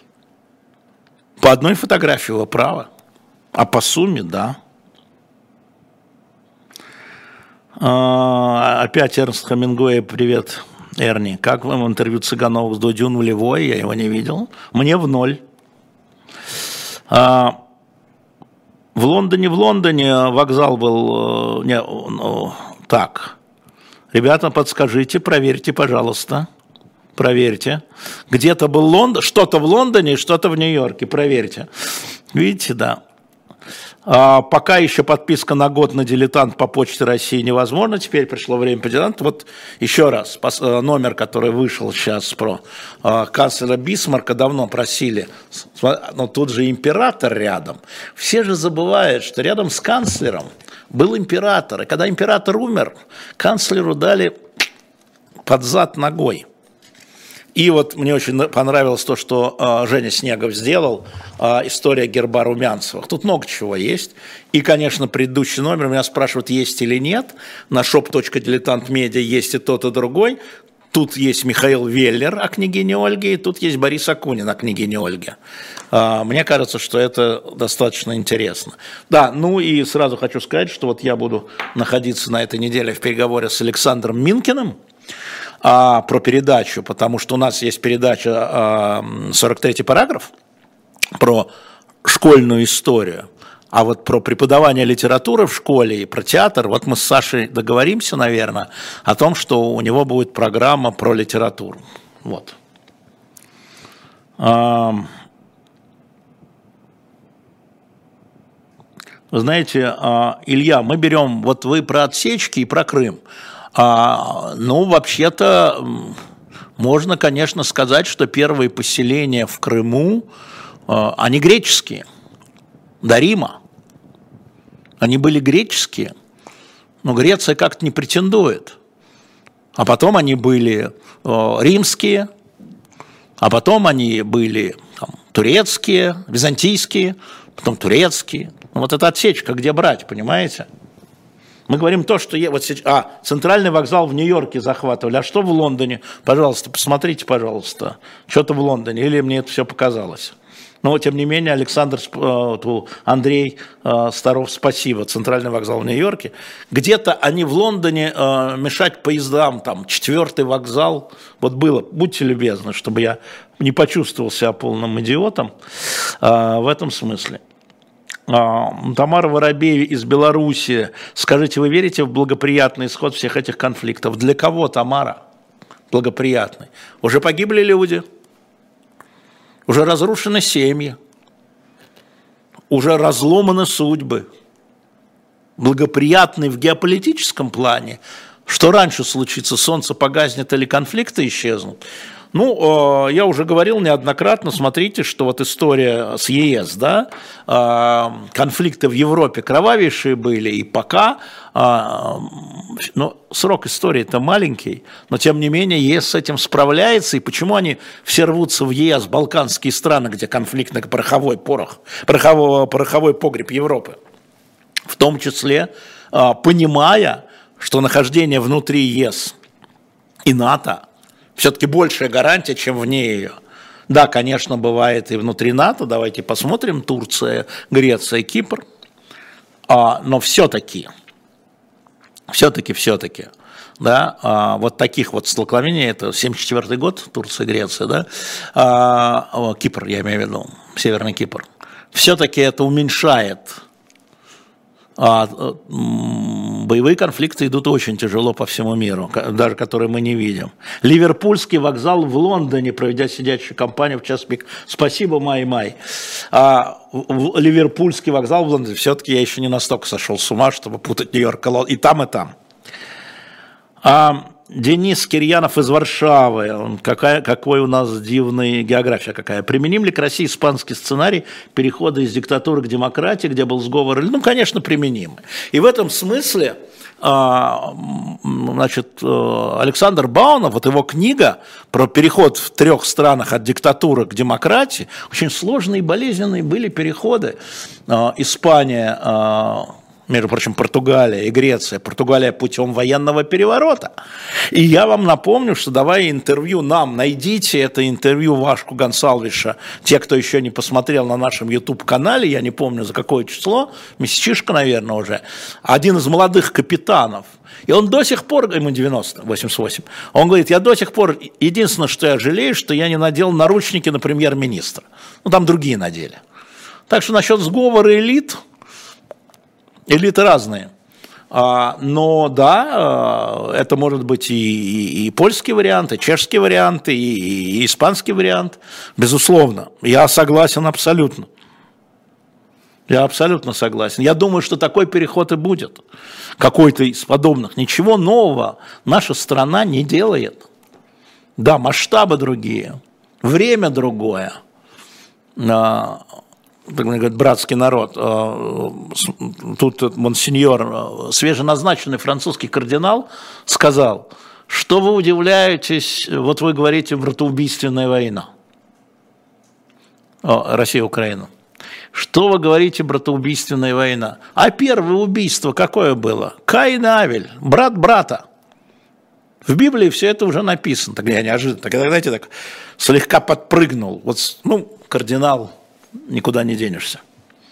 По одной фотографии вы правы, а по сумме, да. Опять Эрнст Хемингуэй, привет, Эрни. Как вам интервью Цыганова с Дудю нулевой? Я его не видел. Мне в 0. В Лондоне вокзал был... так, ребята, подскажите, проверьте, пожалуйста. Проверьте. Где-то был Лондон, что-то в Лондоне, что-то в Нью-Йорке. Проверьте. Видите, да. Пока еще подписка на год на «Дилетант» по Почте России невозможно. Теперь пришло время по «Дилетанту». Вот еще раз, номер, который вышел сейчас про канцлера Бисмарка, давно просили. Но тут же император рядом. Все же забывают, что рядом с канцлером был император. И когда император умер, канцлеру дали под зад ногой. И вот мне очень понравилось то, что Женя Снегов сделал, история герба Румянцевых. Тут много чего есть. И, конечно, предыдущий номер меня спрашивают, есть или нет. На shop.diletantmedia есть и тот, и другой. Тут есть Михаил Веллер о княгине Ольге, и тут есть Борис Акунин о княгине Ольге. Мне кажется, что это достаточно интересно. Да, ну и сразу хочу сказать, что вот я буду находиться на этой неделе в переговоре с Александром Минкиным, про передачу, потому что у нас есть передача 43-й параграф про школьную историю, а вот про преподавание литературы в школе и про театр, вот мы с Сашей договоримся, наверное, о том, что у него будет программа про литературу. Вот. Вы знаете, Илья, мы берем, вот вы про отсечки и про Крым. Ну, вообще-то, можно, конечно, сказать, что первые поселения в Крыму, они греческие, до Рима. Они были греческие, но Греция как-то не претендует. А потом они были римские, а потом они были там, турецкие, византийские, потом турецкие. Ну, вот эта отсечка, где брать, понимаете? Мы говорим то, что... Вот сейчас, центральный вокзал в Нью-Йорке захватывали. А что в Лондоне? Пожалуйста, посмотрите, пожалуйста. Что-то в Лондоне. Или мне это все показалось? Но, тем не менее, Андрей Старов, спасибо, центральный вокзал в Нью-Йорке. Где-то они в Лондоне мешать поездам, там, 4-й вокзал, вот было, будьте любезны, чтобы я не почувствовал себя полным идиотом в этом смысле. Тамара Воробей из Беларуси, скажите, вы верите в благоприятный исход всех этих конфликтов? Для кого, Тамара, благоприятный? Уже погибли люди? Уже разрушены семьи, уже разломаны судьбы. Благоприятный в геополитическом плане, что раньше случится, солнце погаснет или конфликты исчезнут. Ну, я уже говорил неоднократно, смотрите, что вот история с ЕС, да, конфликты в Европе кровавейшие были, и пока, ну, срок истории-то маленький, но тем не менее ЕС с этим справляется, и почему они все рвутся в ЕС, балканские страны, где конфликтный пороховой погреб Европы, в том числе понимая, что нахождение внутри ЕС и НАТО все-таки большая гарантия, чем вне ее. Да, конечно, бывает и внутри НАТО, давайте посмотрим, Турция, Греция, Кипр, но все-таки, да, вот таких вот столкновений, это 1974 год, Турция, Греция, да, Кипр, я имею в виду, Северный Кипр, все-таки это уменьшает. Боевые конфликты идут очень тяжело по всему миру, даже которые мы не видим. Ливерпульский вокзал в Лондоне, проведя сидячую кампанию в час пик. Спасибо, Май. Ливерпульский вокзал в Лондоне, все-таки я еще не настолько сошел с ума, чтобы путать Нью-Йорк и там, и там. Денис Кирьянов из Варшавы. Какой у нас дивный география какая. Применим ли к России испанский сценарий перехода из диктатуры к демократии, где был сговор? Ну, конечно, применим. И в этом смысле, значит, Александр Баунов, вот его книга про переход в 3 странах от диктатуры к демократии, очень сложные и болезненные были переходы. Испания, между прочим, Португалия и Греция. Португалия путем военного переворота. И я вам напомню, что давая интервью нам, найдите это интервью Вашку Гонсалвеша, те, кто еще не посмотрел на нашем YouTube-канале, я не помню за какое число, месячишко, наверное, уже, один из молодых капитанов. И он до сих пор, ему 90, 88, он говорит, я до сих пор, единственное, что я жалею, что я не надел наручники на премьер-министра. Ну, там другие надели. Так что насчет сговора элиты разные, но да, это может быть и польский вариант, и чешский вариант, и испанский вариант, безусловно, я согласен абсолютно. Я абсолютно согласен. Я думаю, что такой переход и будет, какой-то из подобных. Ничего нового наша страна не делает. Да, масштабы другие, время другое. Так говорит, братский народ. Тут монсеньор, свеженазначенный французский кардинал, сказал, что вы удивляетесь, вот вы говорите, братоубийственная война. Россия-Украина. Что вы говорите, братоубийственная война? А первое убийство какое было? Каин и Авель, брат брата. В Библии все это уже написано. Так я неожиданно, так, знаете, так слегка подпрыгнул. Вот, ну, кардинал, никуда не денешься.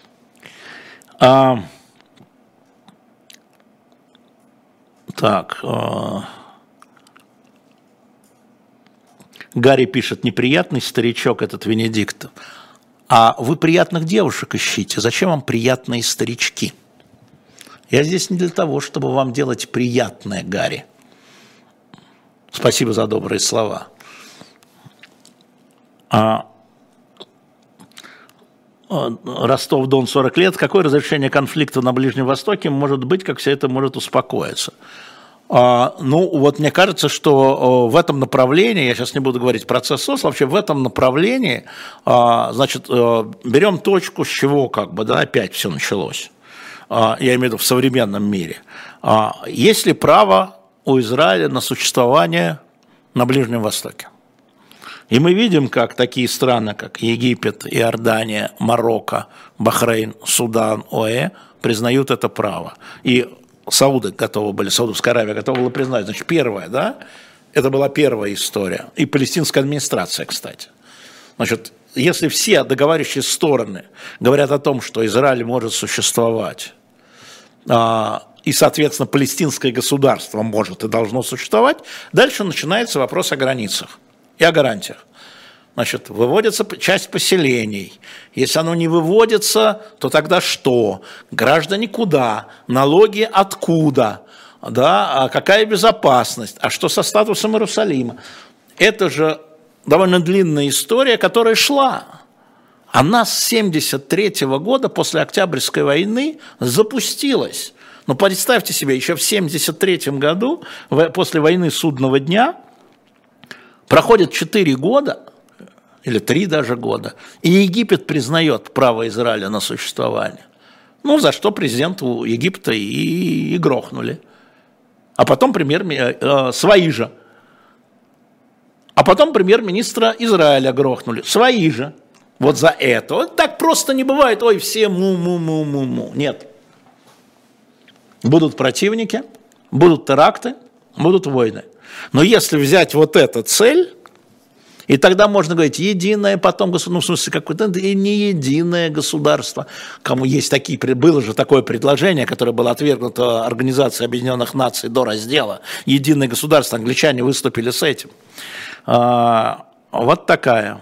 Гарри пишет, неприятный старичок этот Венедиктов. А вы приятных девушек ищите. Зачем вам приятные старички? Я здесь не для того, чтобы вам делать приятное, Гарри. Спасибо за добрые слова. Ростов-Дон 40 лет. Какое разрешение конфликта на Ближнем Востоке может быть, как все это может успокоиться? Ну, вот мне кажется, что в этом направлении, я сейчас не буду говорить процесс СОС, вообще в этом направлении, значит, берем точку, с чего как бы, да, опять все началось. Я имею в виду в современном мире. Есть ли право у Израиля на существование на Ближнем Востоке? И мы видим, как такие страны, как Египет, Иордания, Марокко, Бахрейн, Судан, ОЭ признают это право. И Саудовская Аравия готова была признать. Значит, первое, да, это была первая история. И палестинская администрация, кстати. Значит, если все договаривающие стороны говорят о том, что Израиль может существовать, и, соответственно, палестинское государство может и должно существовать, дальше начинается вопрос о границах и о гарантиях. Значит, выводится часть поселений. Если оно не выводится, то тогда что? Граждане куда? Налоги откуда? Да? А какая безопасность? А что со статусом Иерусалима? Это же довольно длинная история, которая шла. Она с 1973 года, после Октябрьской войны, запустилась. Но представьте себе, еще в 1973 году, после войны Судного дня, проходит 4 года, или 3 даже года, и Египет признает право Израиля на существование. Ну, за что президенту Египта и грохнули. А потом свои же. А потом премьер-министра Израиля грохнули. Свои же. Вот за это. Вот так просто не бывает. Ой, все му-му-му-му-му. Нет. Будут противники, будут теракты, будут войны. Но если взять вот эту цель, и тогда можно говорить, единое потом государство, ну, в смысле, какое-то и не единое государство. Кому есть такие, было же такое предложение, которое было отвергнуто Организацией Объединенных Наций до раздела. Единое государство, англичане выступили с этим. Вот такая.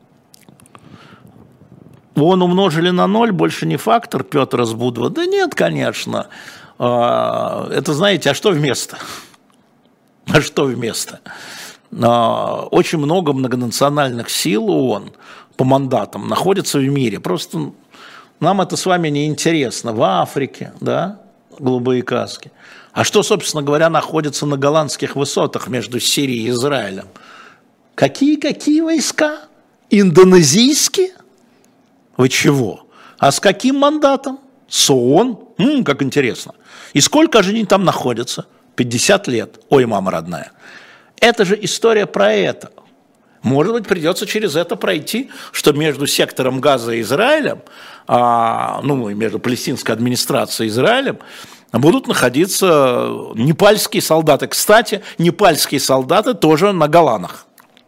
ООН умножили на 0, больше не фактор Петра с Будва. Да нет, конечно. Это, знаете, а что вместо? А что вместо? Очень много многонациональных сил ООН по мандатам находится в мире. Просто нам это с вами не интересно. В Африке, да, голубые каски. А что, собственно говоря, находится на голландских высотах между Сирией и Израилем? Какие войска? Индонезийские? Вы чего? А с каким мандатом? С ООН? Как интересно. И сколько же они там находятся? 50 лет. Ой, мама родная. Это же история про это. Может быть, придется через это пройти, что между сектором Газа и Израилем, и между палестинской администрацией и Израилем, будут находиться непальские солдаты. Кстати, непальские солдаты тоже на Голанах.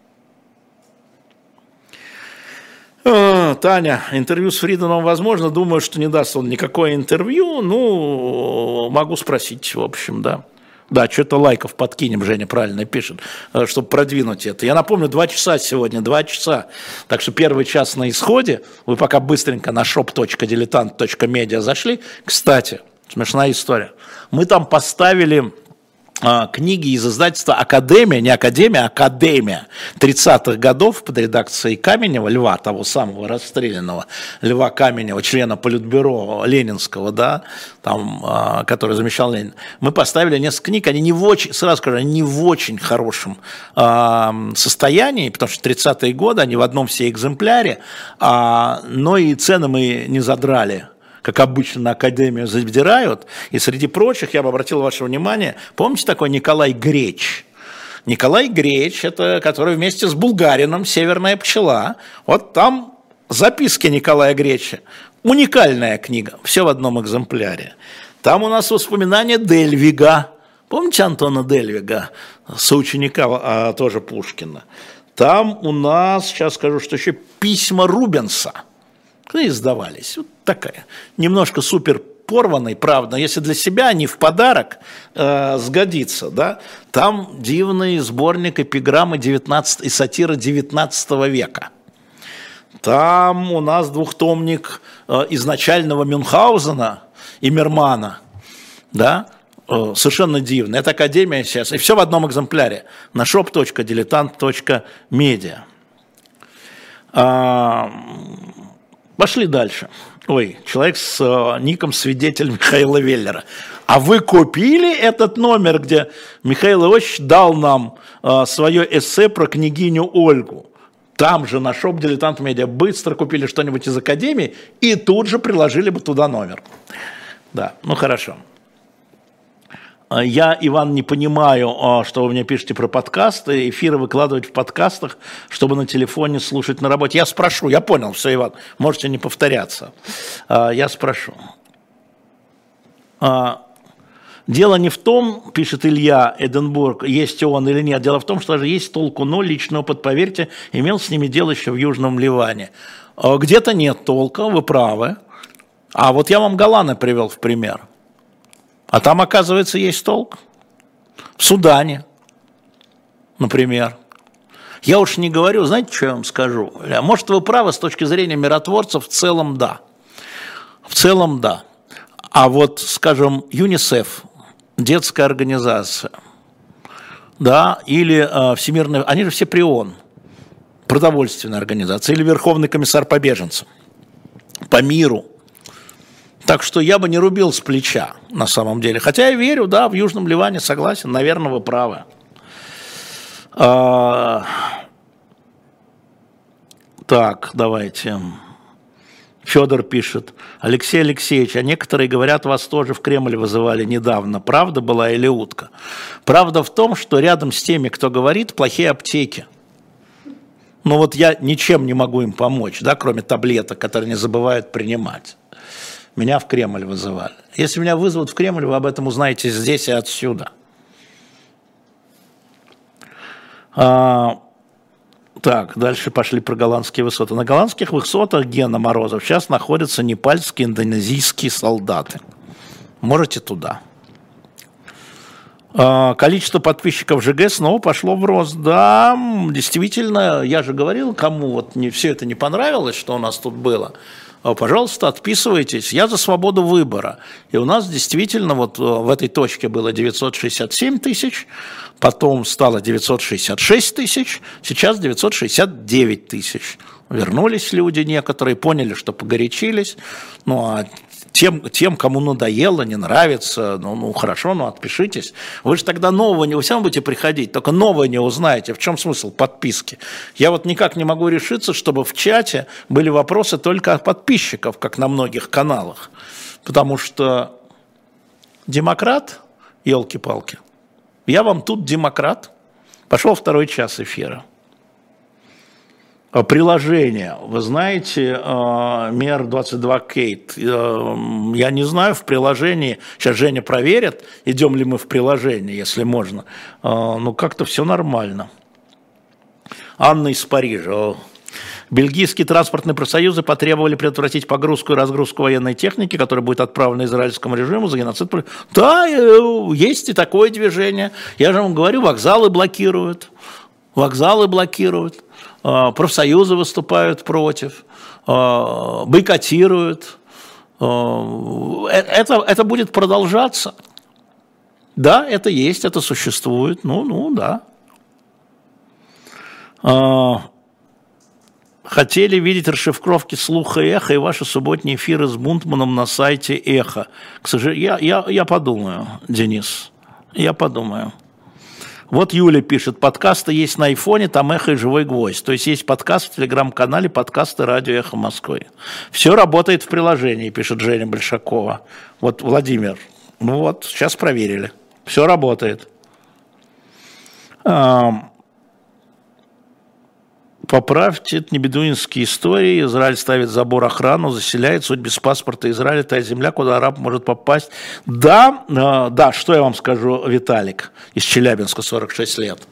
Таня, интервью с Фридманом возможно. Думаю, что не даст он никакое интервью. Могу спросить, в общем, да. Да, что-то лайков подкинем, Женя правильно пишет, чтобы продвинуть это. Я напомню, 2 часа сегодня, 2 часа. Так что первый час на исходе. Вы пока быстренько на shop.diletant.media зашли. Кстати, смешная история. Мы там поставили книги из издательства «Академия», не «Академия», а «Академия» 30-х годов под редакцией Каменева, Льва, того самого расстрелянного Льва Каменева, члена Политбюро Ленинского, да, там, который замещал Ленина. Мы поставили несколько книг, они не в очень, сразу скажу, они не в очень хорошем состоянии, потому что 30-е годы, они в одном все экземпляре, но и цены мы не задрали, как обычно на Академию задирают. И среди прочих, я бы обратил ваше внимание, помните такой Николай Греч? Николай Греч, это который вместе с Булгарином «Северная пчела». Вот там записки Николая Греча. Уникальная книга, все в одном экземпляре. Там у нас воспоминания Дельвига. Помните Антона Дельвига, соученика тоже Пушкина? Там у нас, сейчас скажу, что еще письма Рубенса. Издавались. Вот такая. Немножко супер порванный, правда, если для себя, не в подарок сгодится, да. Там дивный сборник эпиграммы 19 и сатира 19 века. Там у нас двухтомник изначального Мюнхгаузена и Мермана, да, совершенно дивный. Это Академия сейчас, и все в одном экземпляре на shop.diletant.media. Пошли дальше. Ой, человек с ником свидетель Михаила Веллера. А вы купили этот номер, где Михаил Иосифович дал нам свое эссе про княгиню Ольгу? Там же на шоп «Дилетант Медиа» быстро купили что-нибудь из Академии и тут же приложили бы туда номер. Да, ну хорошо. Я, Иван, не понимаю, что вы мне пишете про подкасты, эфиры выкладывать в подкастах, чтобы на телефоне слушать на работе. Я спрошу, я понял, все, Иван, можете не повторяться. Я спрошу. Дело не в том, пишет Илья Эденбург, есть он или нет. Дело в том, что даже есть толку ноль, личный опыт, поверьте, имел с ними дело еще в Южном Ливане. Где-то нет толка, вы правы. А вот я вам Голлана привел в пример. А там, оказывается, есть толк. В Судане, например. Я уж не говорю, знаете, что я вам скажу? Может, вы правы с точки зрения миротворцев, в целом да. В целом да. А вот, скажем, ЮНИСЕФ, детская организация, да, или Всемирная, они же все при ООН, продовольственная организация, или Верховный комиссар по беженцам, по миру. Так что я бы не рубил с плеча, на самом деле. Хотя я верю, да, в Южном Ливане, согласен, наверное, вы правы. Так, давайте. Федор пишет: Алексей Алексеевич, а некоторые говорят, вас тоже в Кремль вызывали недавно. Правда была или утка? Правда в том, что рядом с теми, кто говорит, плохие аптеки. Ну вот я ничем не могу им помочь, да, кроме таблеток, которые не забывают принимать. Меня в Кремль вызывали. Если меня вызовут в Кремль, вы об этом узнаете здесь и отсюда. Так, дальше пошли про голландские высоты. На голландских высотах Гена Морозов сейчас находятся непальские, индонезийские солдаты. Можете туда. Количество подписчиков ЖГ снова пошло в рост. Да, действительно, я же говорил, кому вот все это не понравилось, что у нас тут было, пожалуйста, отписывайтесь. Я за свободу выбора. И у нас действительно вот в этой точке было 967 тысяч, потом стало 966 тысяч, сейчас 969 тысяч. Вернулись люди некоторые, поняли, что погорячились. Ну, а тем, кому надоело, не нравится, ну хорошо, ну отпишитесь. Вы же тогда нового не, вы все равно будете приходить, только новое не узнаете. В чем смысл подписки? Я вот никак не могу решиться, чтобы в чате были вопросы только от подписчиков, как на многих каналах. Потому что демократ, елки-палки, я вам тут демократ. Пошел второй час эфира. Приложение, вы знаете, МЕР-22 Кейт, я не знаю, в приложении, сейчас Женя проверит, идем ли мы в приложение, если можно, ну как-то все нормально. Анна из Парижа. Бельгийские транспортные профсоюзы потребовали предотвратить погрузку и разгрузку военной техники, которая будет отправлена израильскому режиму за геноцид. Да, есть и такое движение, я же вам говорю, вокзалы блокируют. Профсоюзы выступают против, бойкотируют. Это будет продолжаться. Да, это есть, это существует. Ну, да. Хотели видеть расшифровки слуха «Эхо» и ваши субботние эфиры с Бунтманом на сайте «Эхо». К сожалению, я подумаю, Денис, я подумаю. Вот Юля пишет, подкасты есть на айфоне, там «Эхо» и «Живой гвоздь». То есть есть подкаст в телеграм-канале, подкасты радио «Эхо Москвы». Все работает в приложении, пишет Женя Большакова. Вот Владимир, ну вот, сейчас проверили. Все работает. Поправьте, это не бедуинские истории. Израиль ставит забор, охрану, заселяет. Суть без паспорта Израиля, та земля, куда араб может попасть. Да, что я вам скажу, Виталик из Челябинска, 46 лет.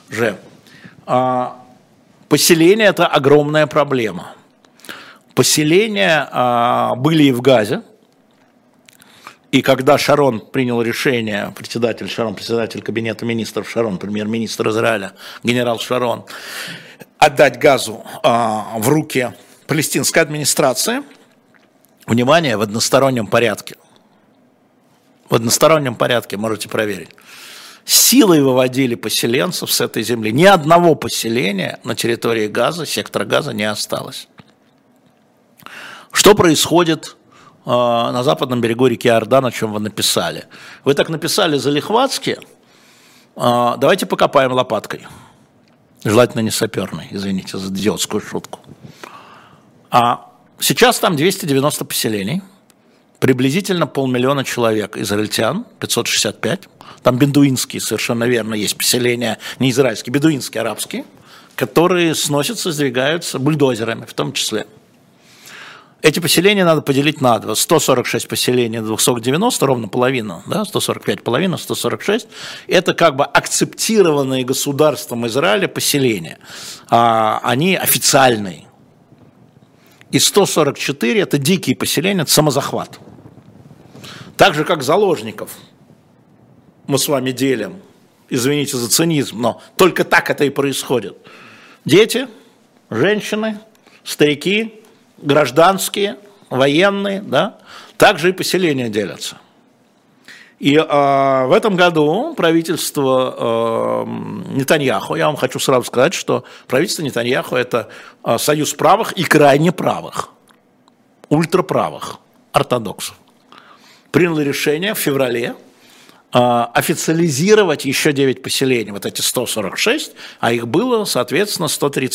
Поселение – это огромная проблема. Поселения были и в Газе. И когда Шарон принял решение, председатель кабинета министров Шарон, премьер-министр Израиля, генерал Шарон, отдать Газу в руки палестинской администрации, внимание, в одностороннем порядке. В одностороннем порядке, можете проверить. Силой выводили поселенцев с этой земли. Ни одного поселения на территории Газа, сектора Газа не осталось. Что происходит на западном берегу реки Иордан, о чем вы написали? Вы так написали залихватски, давайте покопаем лопаткой. Желательно не саперной, извините за идиотскую шутку. Сейчас там 290 поселений, приблизительно 500 000 человек, израильтян, 565. Там бедуинские, совершенно верно, есть поселения, не израильские, бедуинские, арабские, которые сносятся, сдвигаются бульдозерами в том числе. Эти поселения надо поделить на два. 146 поселений, 290, ровно половина, да, 145, половина, 146. Это как бы акцептированные государством Израиля поселения. Они официальные. И 144 это дикие поселения, это самозахват. Так же, как заложников мы с вами делим. Извините за цинизм, но только так это и происходит. Дети, женщины, старики, гражданские, военные, да, также и поселения делятся. И в этом году правительство Нетаньяху, я вам хочу сразу сказать, что правительство Нетаньяху – это союз правых и крайне правых, ультраправых, ортодоксов, приняло решение в феврале официализировать еще 9 поселений, вот эти 146, а их было, соответственно,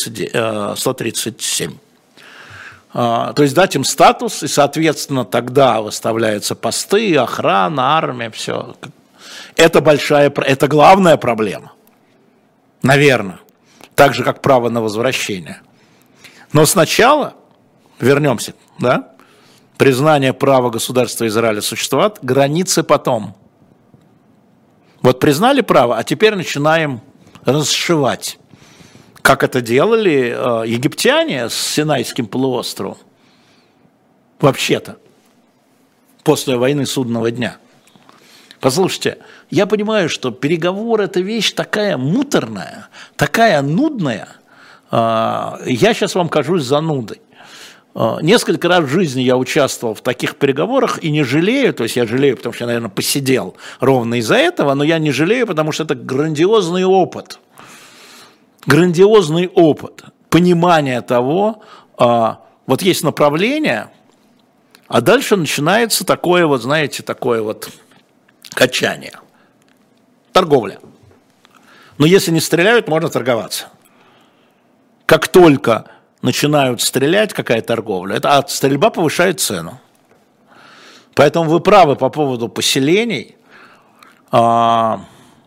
137. То есть дать им статус, и, соответственно, тогда выставляются посты, охрана, армия, все. Это главная проблема, наверное, так же, как право на возвращение. Но сначала, вернемся, да, признание права государства Израиля существовать, границы потом. Вот признали право, а теперь начинаем расшивать. Как это делали египтяне с Синайским полуостровом, вообще-то, после войны Судного дня. Послушайте, я понимаю, что переговор – это вещь такая муторная, такая нудная. Я сейчас вам кажусь занудой. Несколько раз в жизни я участвовал в таких переговорах и не жалею, то есть я жалею, потому что я, наверное, посидел ровно из-за этого, но я не жалею, потому что это грандиозный опыт. Грандиозный опыт, понимание того, вот есть направление, а дальше начинается такое вот, знаете, такое вот качание, торговля. Но если не стреляют, можно торговаться. Как только начинают стрелять, какая торговля, а стрельба повышает цену. Поэтому вы правы по поводу поселений, правы,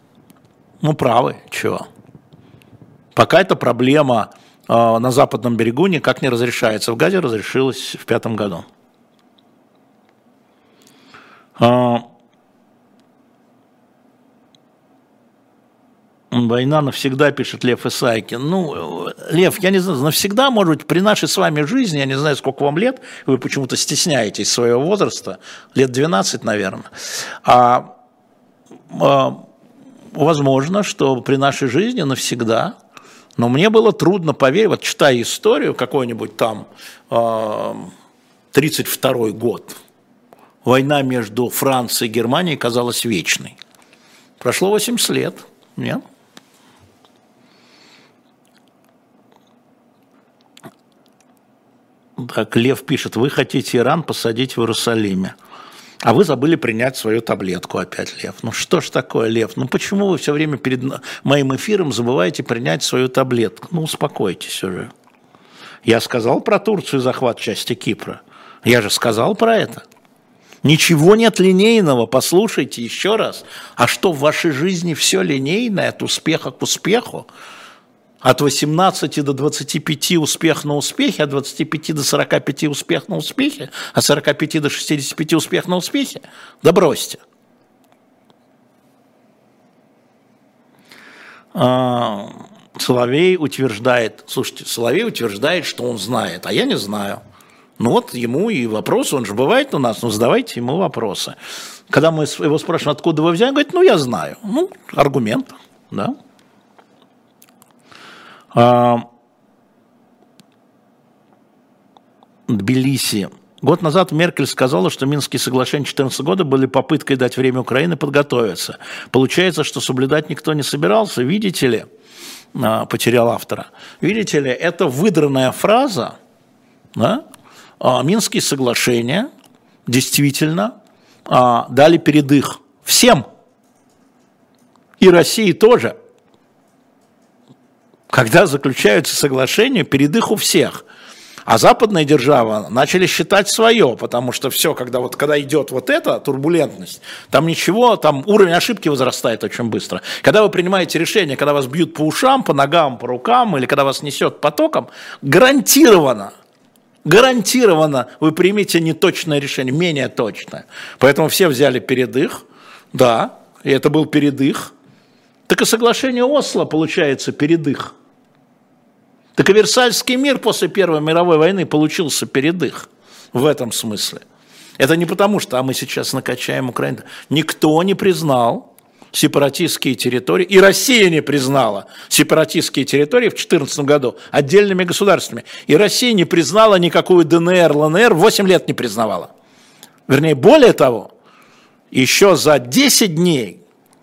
чего? Пока эта проблема на западном берегу никак не разрешается. В Газе разрешилась в 2005 году. Война навсегда, пишет Лев Исайкин. Ну, Лев, я не знаю, навсегда, может быть, при нашей с вами жизни, я не знаю, сколько вам лет, вы почему-то стесняетесь своего возраста, лет 12, наверное. Возможно, что при нашей жизни навсегда. Но мне было трудно поверить, вот читая историю, какой-нибудь там 1932 год, война между Францией и Германией казалась вечной. Прошло 80 лет, нет? Так, Лев пишет, вы хотите Иран посадить в Иерусалиме. А вы забыли принять свою таблетку опять, Лев. Ну что ж такое, Лев? Ну почему вы все время перед моим эфиром забываете принять свою таблетку? Ну успокойтесь уже. Я сказал про Турцию и захват части Кипра. Я же сказал про это. Ничего нет линейного, послушайте еще раз. А что в вашей жизни все линейное, от успеха к успеху? От 18 до 25 успех на успехе, от 25 до 45 успех на успехе, от 45 до 65 успех на успехе? Да бросьте. Соловей утверждает, слушайте, Соловей утверждает, что он знает, а я не знаю. Ну вот ему и вопросы, он же бывает у нас, ну задавайте ему вопросы. Когда мы его спрашиваем, откуда вы взяли, он говорит, ну я знаю. Ну, аргумент, да. Тбилиси. Год назад Меркель сказала, что Минские соглашения 2014 года были попыткой дать время Украине подготовиться. Получается, что соблюдать никто не собирался. Видите ли, потерял автора, видите ли, это выдранная фраза, да? Минские соглашения действительно дали передых всем, и России тоже. Когда заключаются соглашения, передых у всех. А западные державы начали считать свое, потому что все, когда идет вот эта турбулентность, там ничего, там уровень ошибки возрастает очень быстро. Когда вы принимаете решение, когда вас бьют по ушам, по ногам, по рукам, или когда вас несет потоком, гарантированно Гарантированно вы примете неточное решение, менее точное. Поэтому все взяли передых, да, и это был передых. Так и соглашение Осло, получается, передых. Так и Версальский мир после Первой мировой войны получился передых в этом смысле. Это не потому, что мы сейчас накачаем Украину. Никто не признал сепаратистские территории, и Россия не признала сепаратистские территории в 2014 году отдельными государствами. И Россия не признала никакую ДНР, ЛНР, 8 лет не признавала. Вернее, более того, еще за 10 дней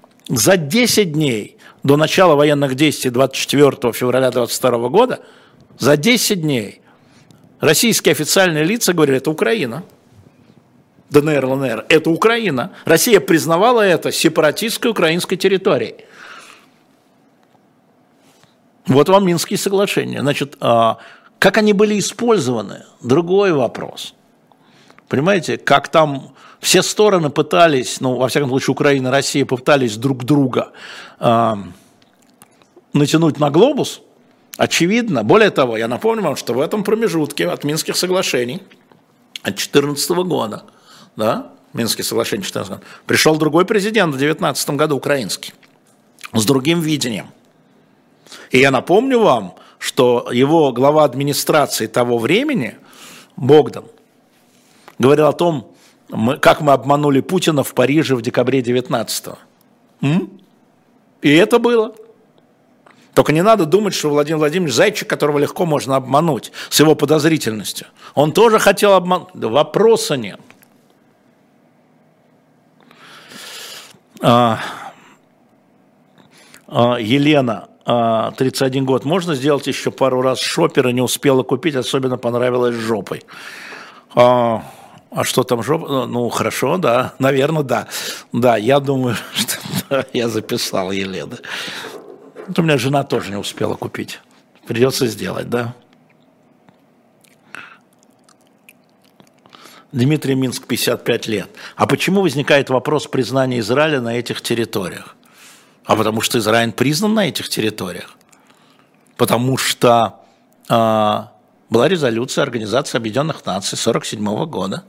до начала военных действий 24 февраля 2022 года, за 10 дней российские официальные лица говорили, это Украина. ДНР, ЛНР, это Украина. Россия признавала это сепаратистской украинской территорией. Вот вам Минские соглашения. Значит, как они были использованы, другой вопрос. Понимаете, как там все стороны пытались, ну, во всяком случае, Украина и Россия попытались друг друга натянуть на глобус, очевидно. Более того, я напомню вам, что в этом промежутке от Минских соглашений от 2014 года, да, Минские соглашения 2014 года, пришел другой президент в 2019 году, украинский, с другим видением. И я напомню вам, что его глава администрации того времени, Богдан, говорил о том, как мы обманули Путина в Париже в декабре 19-го. И это было. Только не надо думать, что Владимир Владимирович зайчик, которого легко можно обмануть с его подозрительностью. Он тоже хотел обмануть. Да вопроса нет. Елена, 31 год. Можно сделать еще пару раз шопера, не успела купить, особенно понравилось с жопой. А что там жопа? Ну, хорошо, да, наверное, да. Да, я думаю, что да, я записал, Елена. Вот у меня жена тоже не успела купить. Придется сделать, да. Дмитрий, Минск, 55 лет. А почему возникает вопрос признания Израиля на этих территориях? А потому что Израиль признан на этих территориях. Потому что была резолюция Организации Объединенных Наций 1947 года.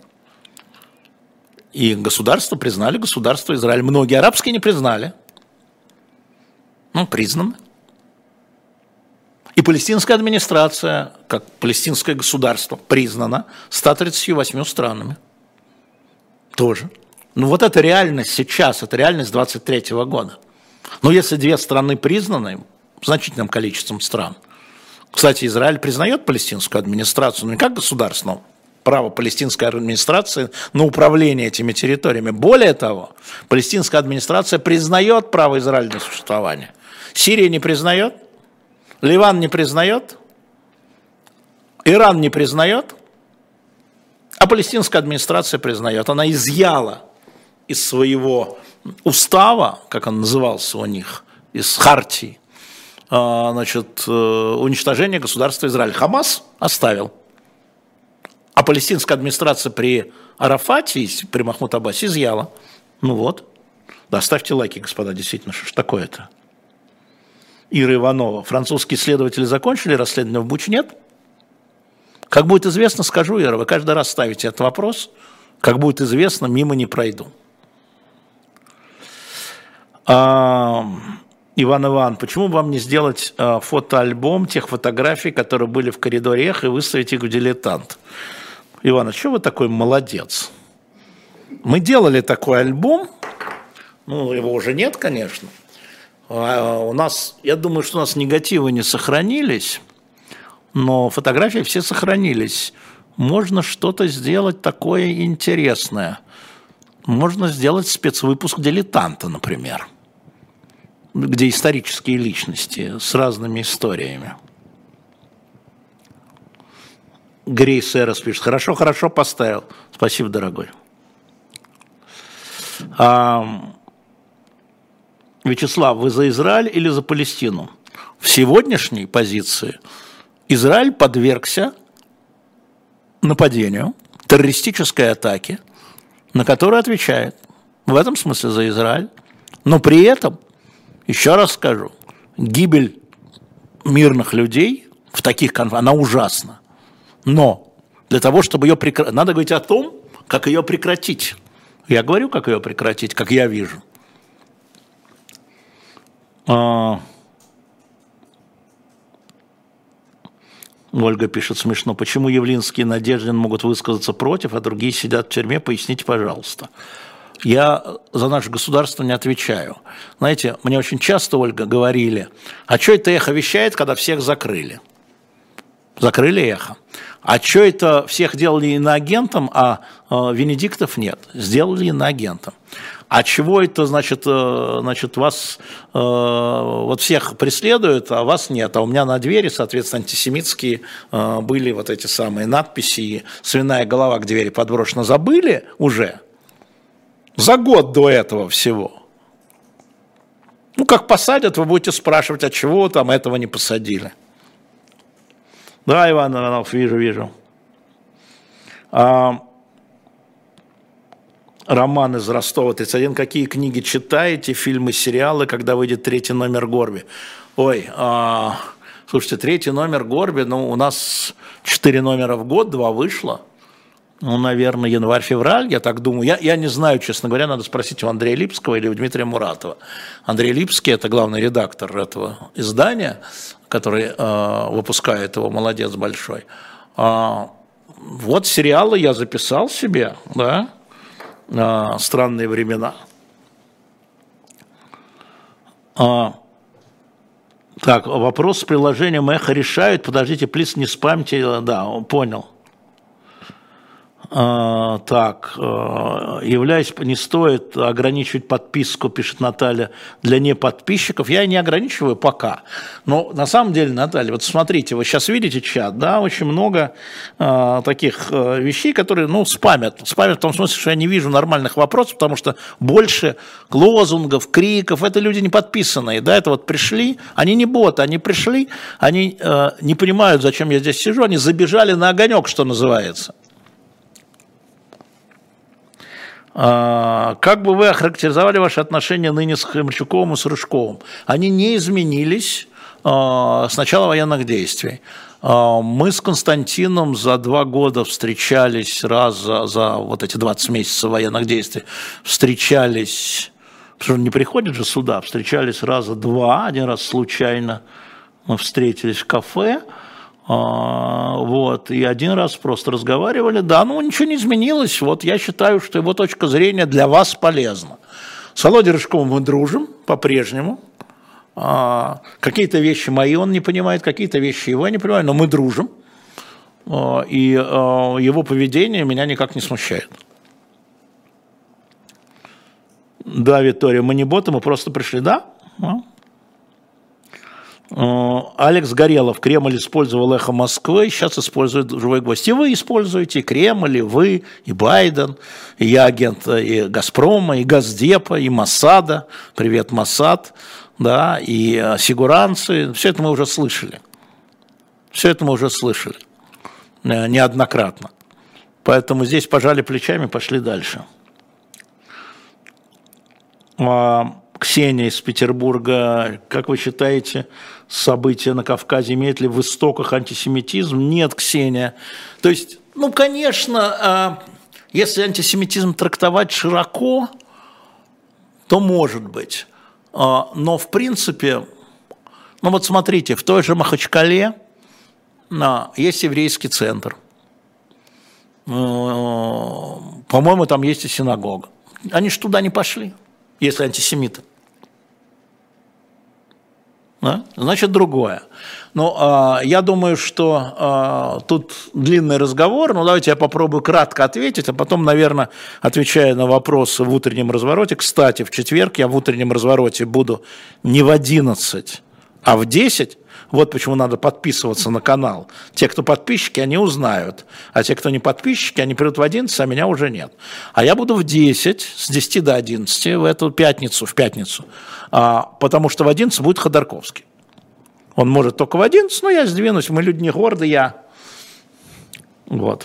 И государство признали, государство Израиль. Многие арабские не признали. Ну, признаны. И палестинская администрация, как палестинское государство, признана 138 странами. Тоже. Ну, вот это реальность сейчас, это реальность 23 года. Но если две страны признаны, значительным количеством стран. Кстати, Израиль признает палестинскую администрацию, но не как государство, но право палестинской администрации на управление этими территориями. Более того, палестинская администрация признает право Израиля на существование. Сирия не признает, Ливан не признает, Иран не признает, а палестинская администрация признает. Она изъяла из своего устава, как он назывался у них, из хартии, значит, уничтожение государства Израиль. Хамас оставил. А палестинская администрация при Арафате, при Махмуд Аббасе изъяла. Ну вот. Да, ставьте лайки, господа, действительно, что ж такое-то? Ира Иванова. Французские следователи закончили расследование в Буче? Нет? Как будет известно, скажу, Ира, вы каждый раз ставите этот вопрос. Как будет известно, мимо не пройду. Иван, почему вам не сделать фотоальбом тех фотографий, которые были в коридоре Эхо, и выставить их в «Дилетант»? Иван, а что вы такой молодец? Мы делали такой альбом, ну, его уже нет, конечно. У нас, я думаю, что у нас негативы не сохранились, но фотографии все сохранились. Можно что-то сделать такое интересное. Можно сделать спецвыпуск «Дилетанта», например, где исторические личности с разными историями. Грейс Эрос пишет: хорошо поставил. Спасибо, дорогой. Вячеслав, вы за Израиль или за Палестину? В сегодняшней позиции Израиль подвергся нападению, террористической атаке, на которую отвечает. В этом смысле за Израиль. Но при этом, еще раз скажу, гибель мирных людей в таких конфликтах, она ужасна. Но Для того, чтобы ее прекратить. Надо говорить о том, как ее прекратить. Я говорю, как ее прекратить, как я вижу. Ольга пишет смешно. Почему Явлинский и Надеждин могут высказаться против, а другие сидят в тюрьме? Поясните, пожалуйста. Я за наше государство не отвечаю. Знаете, мне очень часто, Ольга, говорили, а что это Эхо вещает, когда всех закрыли? Закрыли Эхо. А что это всех делали иноагентом, а Венедиктов нет? Сделали иноагентом. А чего это, значит, вас вот всех преследуют, а вас нет? А у меня на двери, соответственно, антисемитские были вот эти самые надписи, и свиная голова к двери подброшена. Забыли уже? За год до этого всего. Ну, как посадят, вы будете спрашивать, а чего там этого не посадили? Да, Иван Иванов, вижу. Роман из Ростова, 31. Какие книги читаете, фильмы, сериалы, когда выйдет 3-й номер Горби? Ой, слушайте, 3-й номер Горби, ну, у нас 4 номера в год, 2 вышло. Ну, наверное, январь-февраль, я так думаю. Я не знаю, честно говоря, надо спросить у Андрея Липского или у Дмитрия Муратова. Андрей Липский – это главный редактор этого издания, который выпускает его, молодец большой. Вот сериалы я записал себе, да, «Странные времена». Так, вопрос с приложением «Эхо» решают. Подождите, плиз, не спамьте. Да, понял. Так, являюсь, не стоит ограничивать подписку, пишет Наталья, для неподписчиков. Я не ограничиваю пока. Но на самом деле, Наталья, вот смотрите, вы сейчас видите чат, да, очень много таких вещей, которые, ну, спамят. Спамят в том смысле, что я не вижу нормальных вопросов, потому что больше лозунгов, криков, это люди не подписанные, да, это вот пришли, они не боты, они пришли, они не понимают, зачем я здесь сижу, они забежали на огонек, что называется. Как бы вы охарактеризовали ваши отношения ныне с Хомчаковым и с Рыжковым? Они не изменились с начала военных действий. Мы с Константином за 2 года встречались раз за вот эти 20 месяцев военных действий, встречались, потому что не приходят же сюда, встречались раза 2, один раз случайно мы встретились в кафе. Вот, и один раз просто разговаривали, да, ну ничего не изменилось, вот я считаю, что его точка зрения для вас полезна. С Володей Рыжковым мы дружим по-прежнему, какие-то вещи мои он не понимает, какие-то вещи его я не понимаю, но мы дружим, и его поведение меня никак не смущает. Да, Виктория, мы не боты, мы просто пришли, да? Алекс Горелов. Кремль использовал «Эхо Москвы», сейчас использует «Живой гвоздь». И вы используете, и Кремль, и вы, и Байден, и я агент и «Газпрома», и «Газдепа», и «Моссада». Привет, Моссад. Да, и сигуранцы. Все это мы уже слышали. Все это мы уже слышали. Неоднократно. Поэтому здесь пожали плечами, пошли дальше. Ксения из Петербурга. Как вы считаете, события на Кавказе имеют ли в истоках антисемитизм? Нет, Ксения. То есть, ну, конечно, если антисемитизм трактовать широко, то может быть. Но, в принципе, ну вот смотрите, в той же Махачкале есть еврейский центр. По-моему, там есть и синагога. Они же туда не пошли, если антисемиты. Да? Значит, другое. Но я думаю, что тут длинный разговор, но давайте я попробую кратко ответить, а потом, наверное, отвечая на вопросы в утреннем развороте. Кстати, в четверг я в утреннем развороте буду не в 11, а в 10. Вот почему надо подписываться на канал. Те, кто подписчики, они узнают. А те, кто не подписчики, они придут в 11, а меня уже нет. А я буду в 10, с 10 до 11, в эту пятницу, потому что в 11 будет Ходорковский. Он может только в 11, но я сдвинусь, мы люди не горды, я. Вот.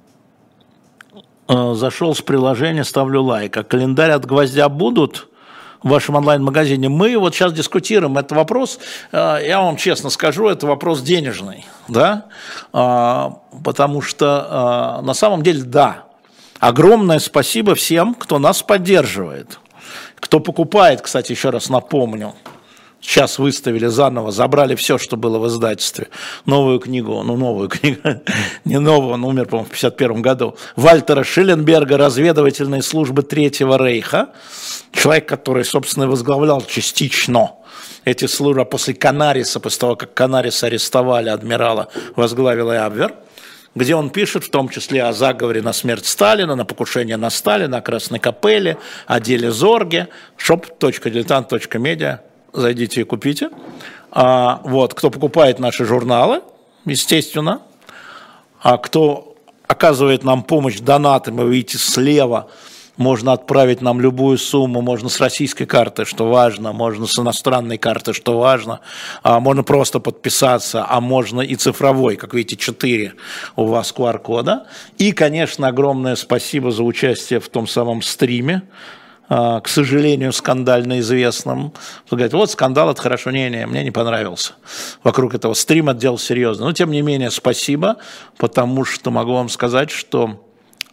Зашел с приложения, ставлю лайк. А календарь от Гвоздя будут? в вашем онлайн-магазине. Мы вот сейчас дискутируем этот вопрос, я вам честно скажу, это вопрос денежный, да, потому что на самом деле, да, огромное спасибо всем, кто нас поддерживает, кто покупает, кстати, еще раз напомню, сейчас выставили заново, забрали все, что было в издательстве. Новую книгу, не новую, он умер, по-моему, в 1951 году. Вальтера Шилленберга «Разведывательные службы Третьего Рейха». Человек, который, собственно, возглавлял частично эти службы, а после Канариса, после того, как Канариса арестовали, адмирала, возглавил и Абвер, где он пишет в том числе о заговоре на смерть Сталина, на покушение на Сталина, о Красной Капелле, о деле Зорге, shop.diletant.media. Зайдите и купите. Вот, кто покупает наши журналы, естественно, а кто оказывает нам помощь донатами, вы видите слева, можно отправить нам любую сумму, можно с российской карты, что важно, можно с иностранной карты, что важно, можно просто подписаться, а можно и цифровой, как видите, 4 у вас QR-кода. И, конечно, огромное спасибо за участие в том самом стриме, к сожалению, скандально известным. Говорит, вот скандал, это хорошо, мне не понравился. Вокруг этого стрима делал серьезно. Но, тем не менее, спасибо, потому что могу вам сказать, что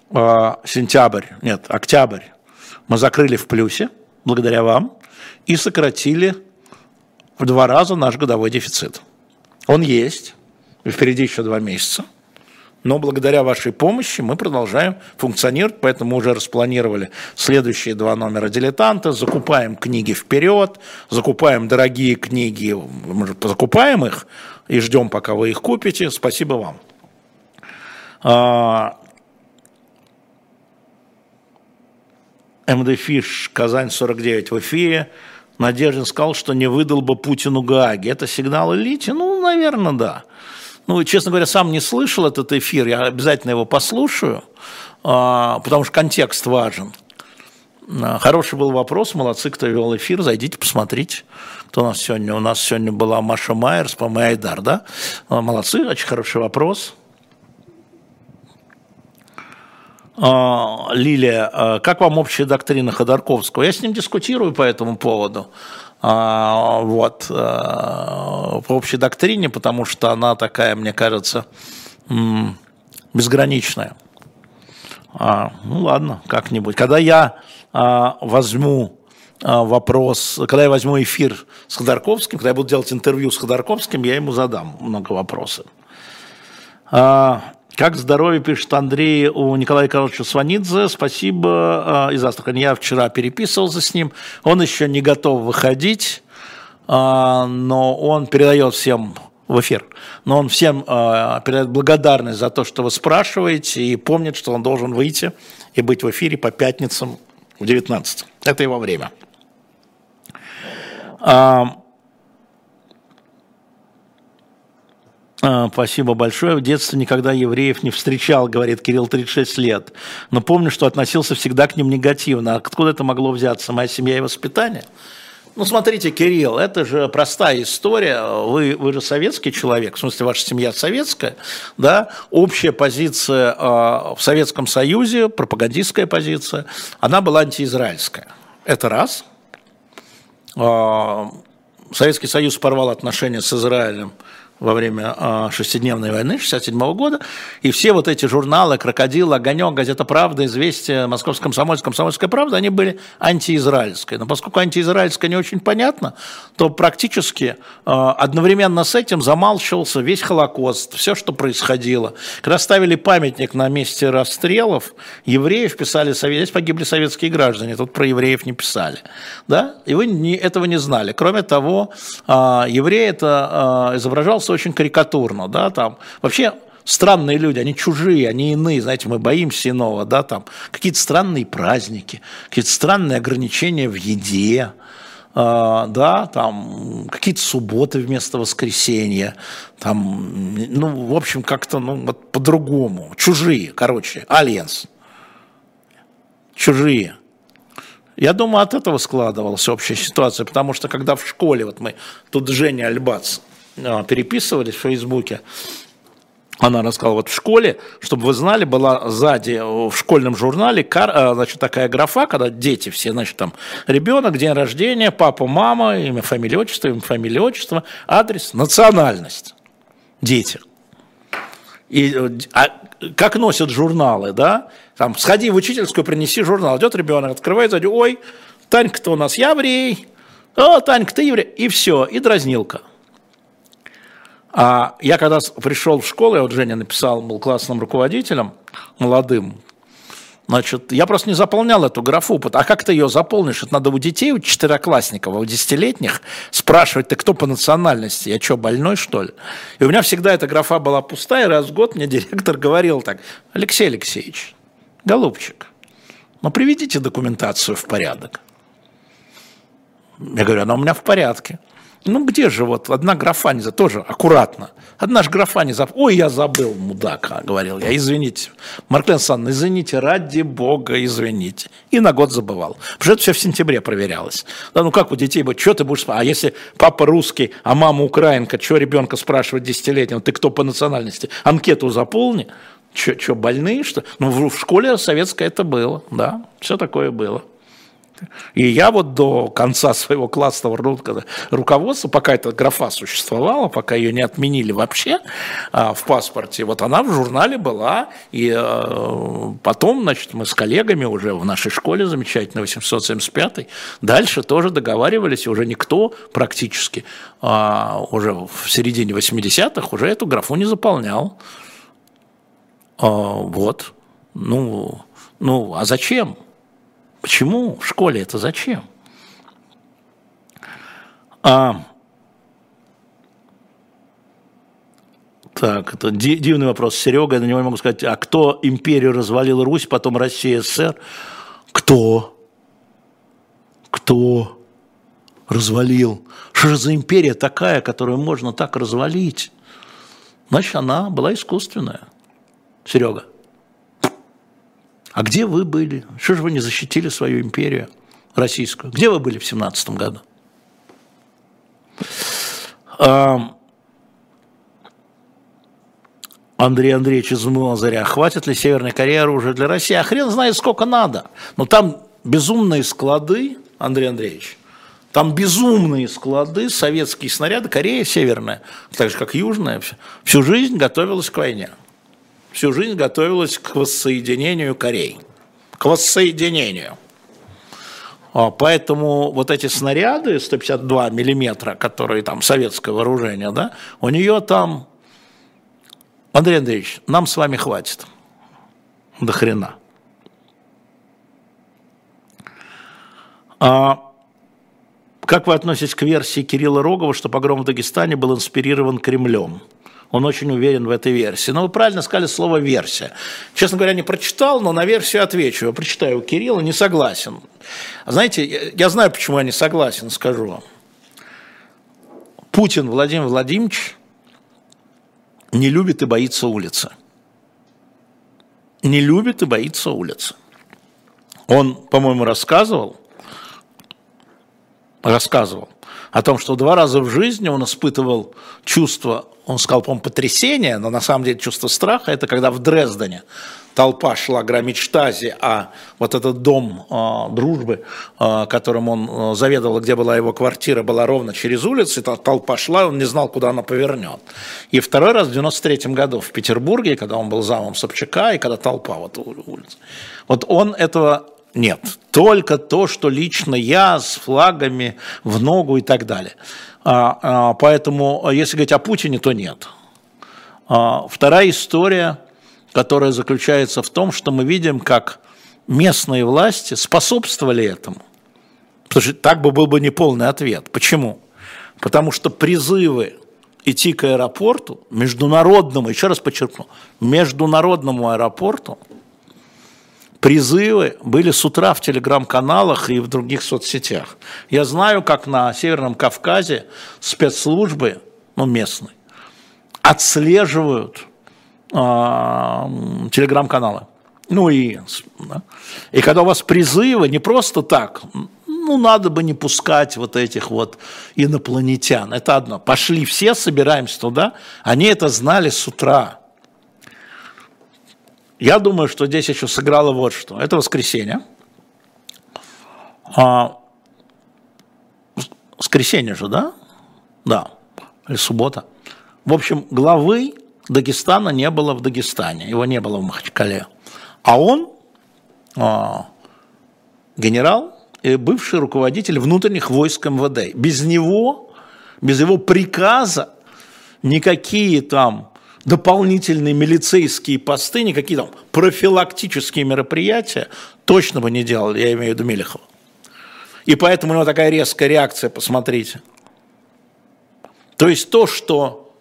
октябрь мы закрыли в плюсе, благодаря вам, и сократили в 2 раза наш годовой дефицит. Он есть, и впереди еще 2 месяца. Но благодаря вашей помощи мы продолжаем функционировать, поэтому уже распланировали следующие 2 номера «Дилетанта», закупаем книги вперед, закупаем дорогие книги, мы же закупаем их и ждем, пока вы их купите. Спасибо вам. МД Фиш, Казань 49 в эфире. Надеждин сказал, что не выдал бы Путину Гааги. Это сигнал элите? Ну, наверное, да. Ну, честно говоря, сам не слышал этот эфир, я обязательно его послушаю, потому что контекст важен. Хороший был вопрос, молодцы, кто вел эфир, зайдите, посмотрите, кто у нас сегодня. У нас сегодня была Маша Майерс, по-моему, Айдар, да? Молодцы, очень хороший вопрос. Лилия, как вам общая доктрина Ходорковского? Я с ним дискутирую по этому поводу. Вот, по общей доктрине, потому что она такая, мне кажется, безграничная. Ну ладно, как-нибудь. Когда я возьму когда я возьму эфир с Ходорковским, когда я буду делать интервью с Ходорковским, я ему задам много вопросов. Как здоровье, пишет Андрей у Николая Карловича Сванидзе. Спасибо из Астрахани. Я вчера переписывался с ним. Он еще не готов выходить, но он передает всем в эфир. Но он всем передает благодарность за то, что вы спрашиваете, и помнит, что он должен выйти и быть в эфире по пятницам в 19. Это его время. Спасибо большое. В детстве никогда евреев не встречал, говорит Кирилл, 36 лет. Но помню, что относился всегда к ним негативно. Откуда это могло взяться? Моя семья и воспитание? Ну, смотрите, Кирилл, это же простая история. Вы же советский человек, в смысле, ваша семья советская, да? Общая позиция в Советском Союзе, пропагандистская позиция, она была антиизраильская. Это раз. Советский Союз порвал отношения с Израилем во время шестидневной войны 1967 года, и все вот эти журналы «Крокодил», «Огонек», «Газета Правда», «Известия», «Московская комсомольская», «Комсомольская правда», они были антиизраильские. Но поскольку антиизраильское не очень понятно, то практически одновременно с этим замалчивался весь Холокост, все, что происходило. Когда ставили памятник на месте расстрелов, евреев писали, здесь погибли советские граждане, тут про евреев не писали. Да? И вы этого не знали. Кроме того, еврей это изображался очень карикатурно, да, там вообще странные люди, они чужие, они иные, знаете, мы боимся иного, да, там какие-то странные праздники, какие-то странные ограничения в еде, да, там какие-то субботы вместо воскресенья, там, ну, в общем, как-то, ну, вот по-другому, чужие, короче, альянс, чужие. Я думаю, от этого складывалась общая ситуация, потому что когда в школе, вот мы, тут Женя Альбац, переписывались в Фейсбуке, Она рассказала, вот в школе, чтобы вы знали, была сзади в школьном журнале, значит, такая графа, когда дети все, значит, там ребенок, день рождения, папа, мама, имя, фамилия, отчество, адрес, национальность. Дети. Как носят журналы, да? Там, сходи в учительскую, принеси журнал. Идет ребенок, открывает сзади, ой, Танька-то у нас еврей, Танька, ты еврей, и все, и дразнилка. А я когда пришел в школу, я вот Женя написал, был классным руководителем, молодым, значит, я просто не заполнял эту графу, а как ты ее заполнишь? Это надо у детей, у четвероклассников, у десятилетних спрашивать, ты кто по национальности? Я что, больной, что ли? И у меня всегда эта графа была пустая, и раз в год мне директор говорил так, Алексей Алексеевич, голубчик, ну приведите документацию в порядок. Я говорю, она у меня в порядке. Ну где же вот одна графа не тоже аккуратно. Одна же графа не забыл. Ой, я забыл, мудак, говорил я, извините. Марклен Александровна, извините, ради бога, извините. И на год забывал. Потому что это все в сентябре проверялось. Да, ну как у детей будет, что ты будешь спрашивать? А если папа русский, а мама украинка, что ребенка спрашивать десятилетнего, ты кто по национальности? Анкету заполни. Что, больные, что? Ну в школе советской это было, да, все такое было. И я вот до конца своего классного руководства, пока эта графа существовала, пока ее не отменили вообще в паспорте, вот она в журнале была, и потом, значит, мы с коллегами уже в нашей школе замечательной, 875-й, дальше тоже договаривались, и уже никто практически уже в середине 80-х уже эту графу не заполнял. Вот. Ну, а зачем? Почему в школе это зачем? Так, это дивный вопрос. Серега, я на него не могу сказать. А кто империю развалил? Русь, потом Россия, СССР? Кто? Кто развалил? Что же за империя такая, которую можно так развалить? Значит, она была искусственная. Серега. А где вы были? Что же вы не защитили свою империю российскую? Где вы были в 17 году? Андрей Андреевич из Лазаря. Хватит ли Северной Кореи оружия для России? А хрен знает, сколько надо. Но там безумные склады, Андрей Андреевич, там безумные склады, советские снаряды, Корея северная, так же, как южная, всю жизнь готовилась к войне. Всю жизнь готовилась к воссоединению Кореи. К воссоединению. Поэтому вот эти снаряды 152 миллиметра, которые там советское вооружение, да, у нее там, Андрей Андреевич, нам с вами хватит. До хрена. Как вы относитесь к версии Кирилла Рогова, что погром в Дагестане был инспирирован Кремлем? Он очень уверен в этой версии. Но вы правильно сказали слово «версия». Честно говоря, не прочитал, но на версию отвечу. Я прочитаю у Кирилла, не согласен. Знаете, я знаю, почему я не согласен, скажу вам. Путин Владимир Владимирович не любит и боится улицы. Не любит и боится улицы. Он, по-моему, рассказывал о том, что 2 раза в жизни он испытывал чувство, он сказал, по-моему, потрясения, но на самом деле чувство страха, это когда в Дрездене толпа шла громить Штази, а вот этот дом дружбы, которым он заведовал, где была его квартира, была ровно через улицу, и толпа шла, он не знал, куда она повернет. И 2-й раз в 93-м году в Петербурге, когда он был замом Собчака, и когда толпа вот улица. Вот он этого... Нет, только то, что лично я с флагами в ногу и так далее. Поэтому, если говорить о Путине, то нет. Вторая история, которая заключается в том, что мы видим, как местные власти способствовали этому. Потому что так был бы неполный ответ. Почему? Потому что призывы идти к аэропорту, международному, еще раз подчеркну, международному аэропорту, призывы были с утра в телеграм-каналах и в других соцсетях. Я знаю, как на Северном Кавказе спецслужбы, местные, отслеживают телеграм-каналы. И когда у вас призывы не просто так, надо бы не пускать вот этих вот инопланетян. Это одно. Пошли все, собираемся туда. Они это знали с утра. Я думаю, что здесь еще сыграло вот что. Это воскресенье. Воскресенье же, да? Да. Или суббота. В общем, главы Дагестана не было в Дагестане. Его не было в Махачкале. А он генерал и бывший руководитель внутренних войск МВД. Без него, без его приказа никакие там дополнительные милицейские посты, никакие там профилактические мероприятия точно бы не делали, я имею в виду Мелехова. И поэтому у него такая резкая реакция, посмотрите. То есть то, что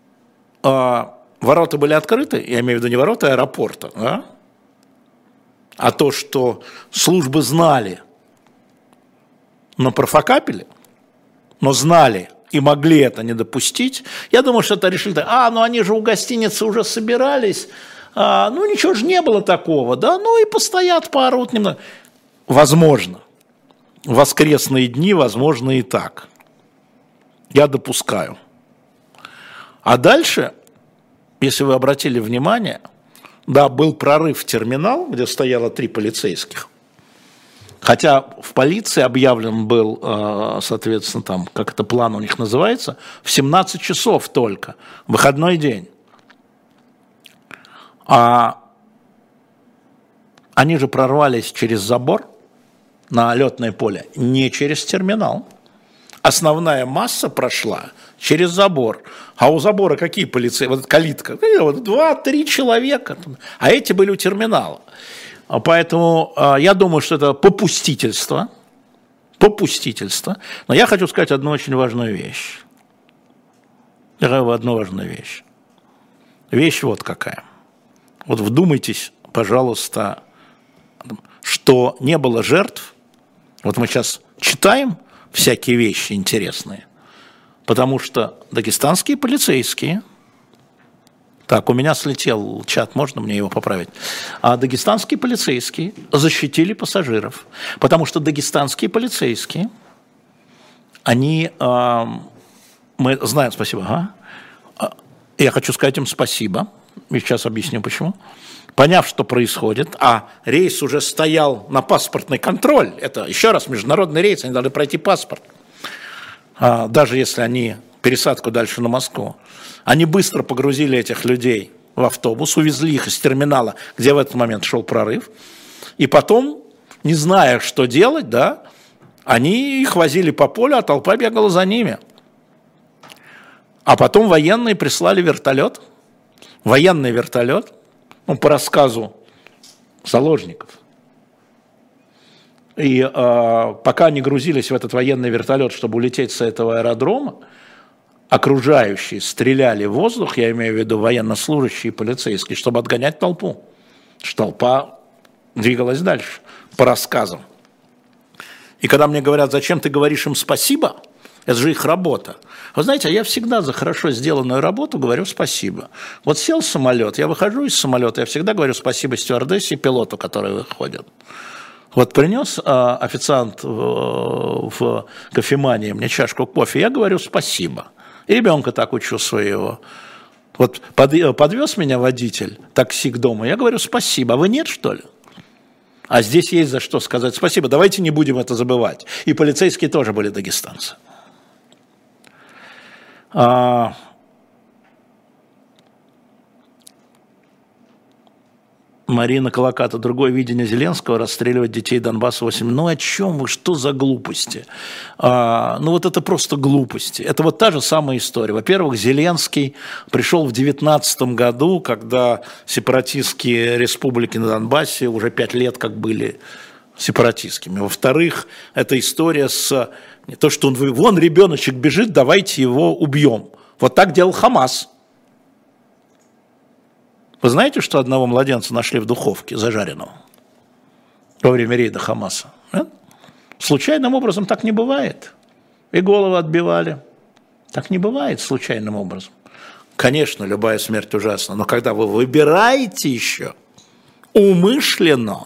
ворота были открыты, я имею в виду не ворота аэропорта, да? А то, что службы знали, но профокапили, но знали и могли это не допустить, я думаю, что это решили, ну они же у гостиницы уже собирались, ну ничего же не было такого, да, ну и постоят, поорут немного. Возможно, в воскресные дни, возможно и так. Я допускаю. А дальше, если вы обратили внимание, да, был прорыв в терминал, где стояло 3 полицейских. Хотя в полиции объявлен был, соответственно, там, как это план у них называется, в 17 часов только, выходной день. А они же прорвались через забор на летное поле, не через терминал. Основная масса прошла через забор. А у забора какие полицейские? Вот калитка. 2-3 человека. А эти были у терминала. Поэтому я думаю, что это попустительство. Попустительство. Но я хочу сказать одну очень важную вещь. Одну важную вещь. Вещь вот какая. Вот вдумайтесь, пожалуйста, что не было жертв. Вот мы сейчас читаем всякие вещи интересные, потому что дагестанские полицейские, так, у меня слетел чат, можно мне его поправить, дагестанские полицейские защитили пассажиров, потому что дагестанские полицейские, они, мы знаем, спасибо, я хочу сказать им спасибо, и сейчас объясню почему. Поняв, что происходит, а рейс уже стоял на паспортный контроль, это еще раз международный рейс, они должны пройти паспорт, даже если они пересадку дальше на Москву. Они быстро погрузили этих людей в автобус, увезли их из терминала, где в этот момент шел прорыв, и потом, не зная, что делать, да, они их возили по полю, а толпа бегала за ними. А потом военные прислали вертолет, военный вертолет, по рассказу заложников. И пока они грузились в этот военный вертолет, чтобы улететь с этого аэродрома, окружающие стреляли в воздух, я имею в виду военнослужащие и полицейские, чтобы отгонять толпу. Что толпа двигалась дальше, по рассказам. И когда мне говорят, зачем ты говоришь им спасибо, это же их работа. Вы знаете, я всегда за хорошо сделанную работу говорю спасибо. Вот сел самолет, я выхожу из самолета, я всегда говорю спасибо стюардессе и пилоту, которые выходят. Вот принес официант в кофемании мне чашку кофе, я говорю спасибо. И ребенка так учу своего. Вот подвез меня водитель такси к дому, я говорю спасибо, а вы нет, что ли? А здесь есть за что сказать спасибо, давайте не будем это забывать. И полицейские тоже были дагестанцы. Марина Колоката, другое видение Зеленского, расстреливать детей Донбасса 8. Ну о чем вы, что за глупости? Ну вот это просто глупости. Это вот та же самая история. Во-первых, Зеленский пришел в 2019 году, когда сепаратистские республики на Донбассе уже 5 лет как были сепаратистскими. Во-вторых, эта история с то, что вон ребеночек бежит, давайте его убьем. Вот так делал Хамас. Вы знаете, что одного младенца нашли в духовке зажаренного во время рейда Хамаса? Случайным образом так не бывает. И голову отбивали. Так не бывает случайным образом. Конечно, любая смерть ужасна, но когда вы выбираете еще умышленно,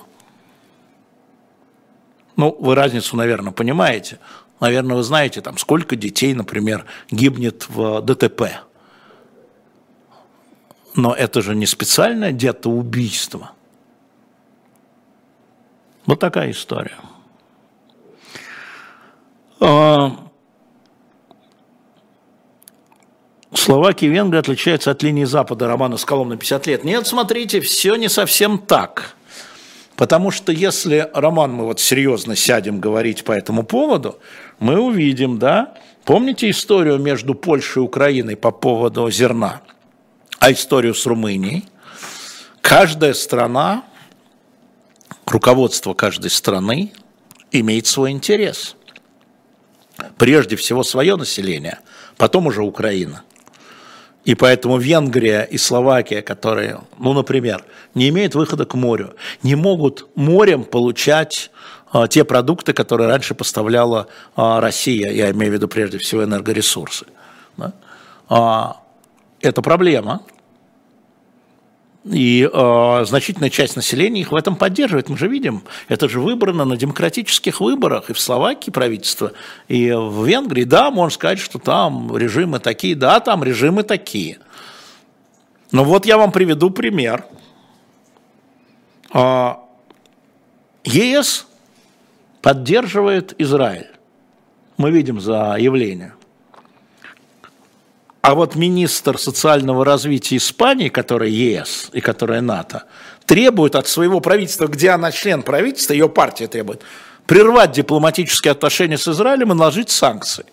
ну, вы разницу, наверное, понимаете. Наверное, вы знаете, там, сколько детей, например, гибнет в ДТП. Но это же не специальное где-то убийство. Вот такая история. Словакия и Венгрия отличаются от линии Запада, романа «Скалом на 50 лет». Нет, смотрите, все не совсем так. Потому что если, Роман, мы вот серьезно сядем говорить по этому поводу, мы увидим, да, помните историю между Польшей и Украиной по поводу зерна, а историю с Румынией? Каждая страна, руководство каждой страны имеет свой интерес. Прежде всего свое население, потом уже Украина. И поэтому Венгрия и Словакия, которые, ну, например, не имеют выхода к морю, не могут морем получать те продукты, которые раньше поставляла Россия, я имею в виду прежде всего энергоресурсы. Да? Это проблема. И значительная часть населения их в этом поддерживает. Мы же видим, это же выбрано на демократических выборах и в Словакии правительство, и в Венгрии. Да, можно сказать, что там режимы такие, да, там режимы такие. Но вот я вам приведу пример. ЕС поддерживает Израиль. Мы видим заявление. А вот министр социального развития Испании, которая ЕС и которая НАТО, требует от своего правительства, где она член правительства, ее партия требует, прервать дипломатические отношения с Израилем и наложить санкции.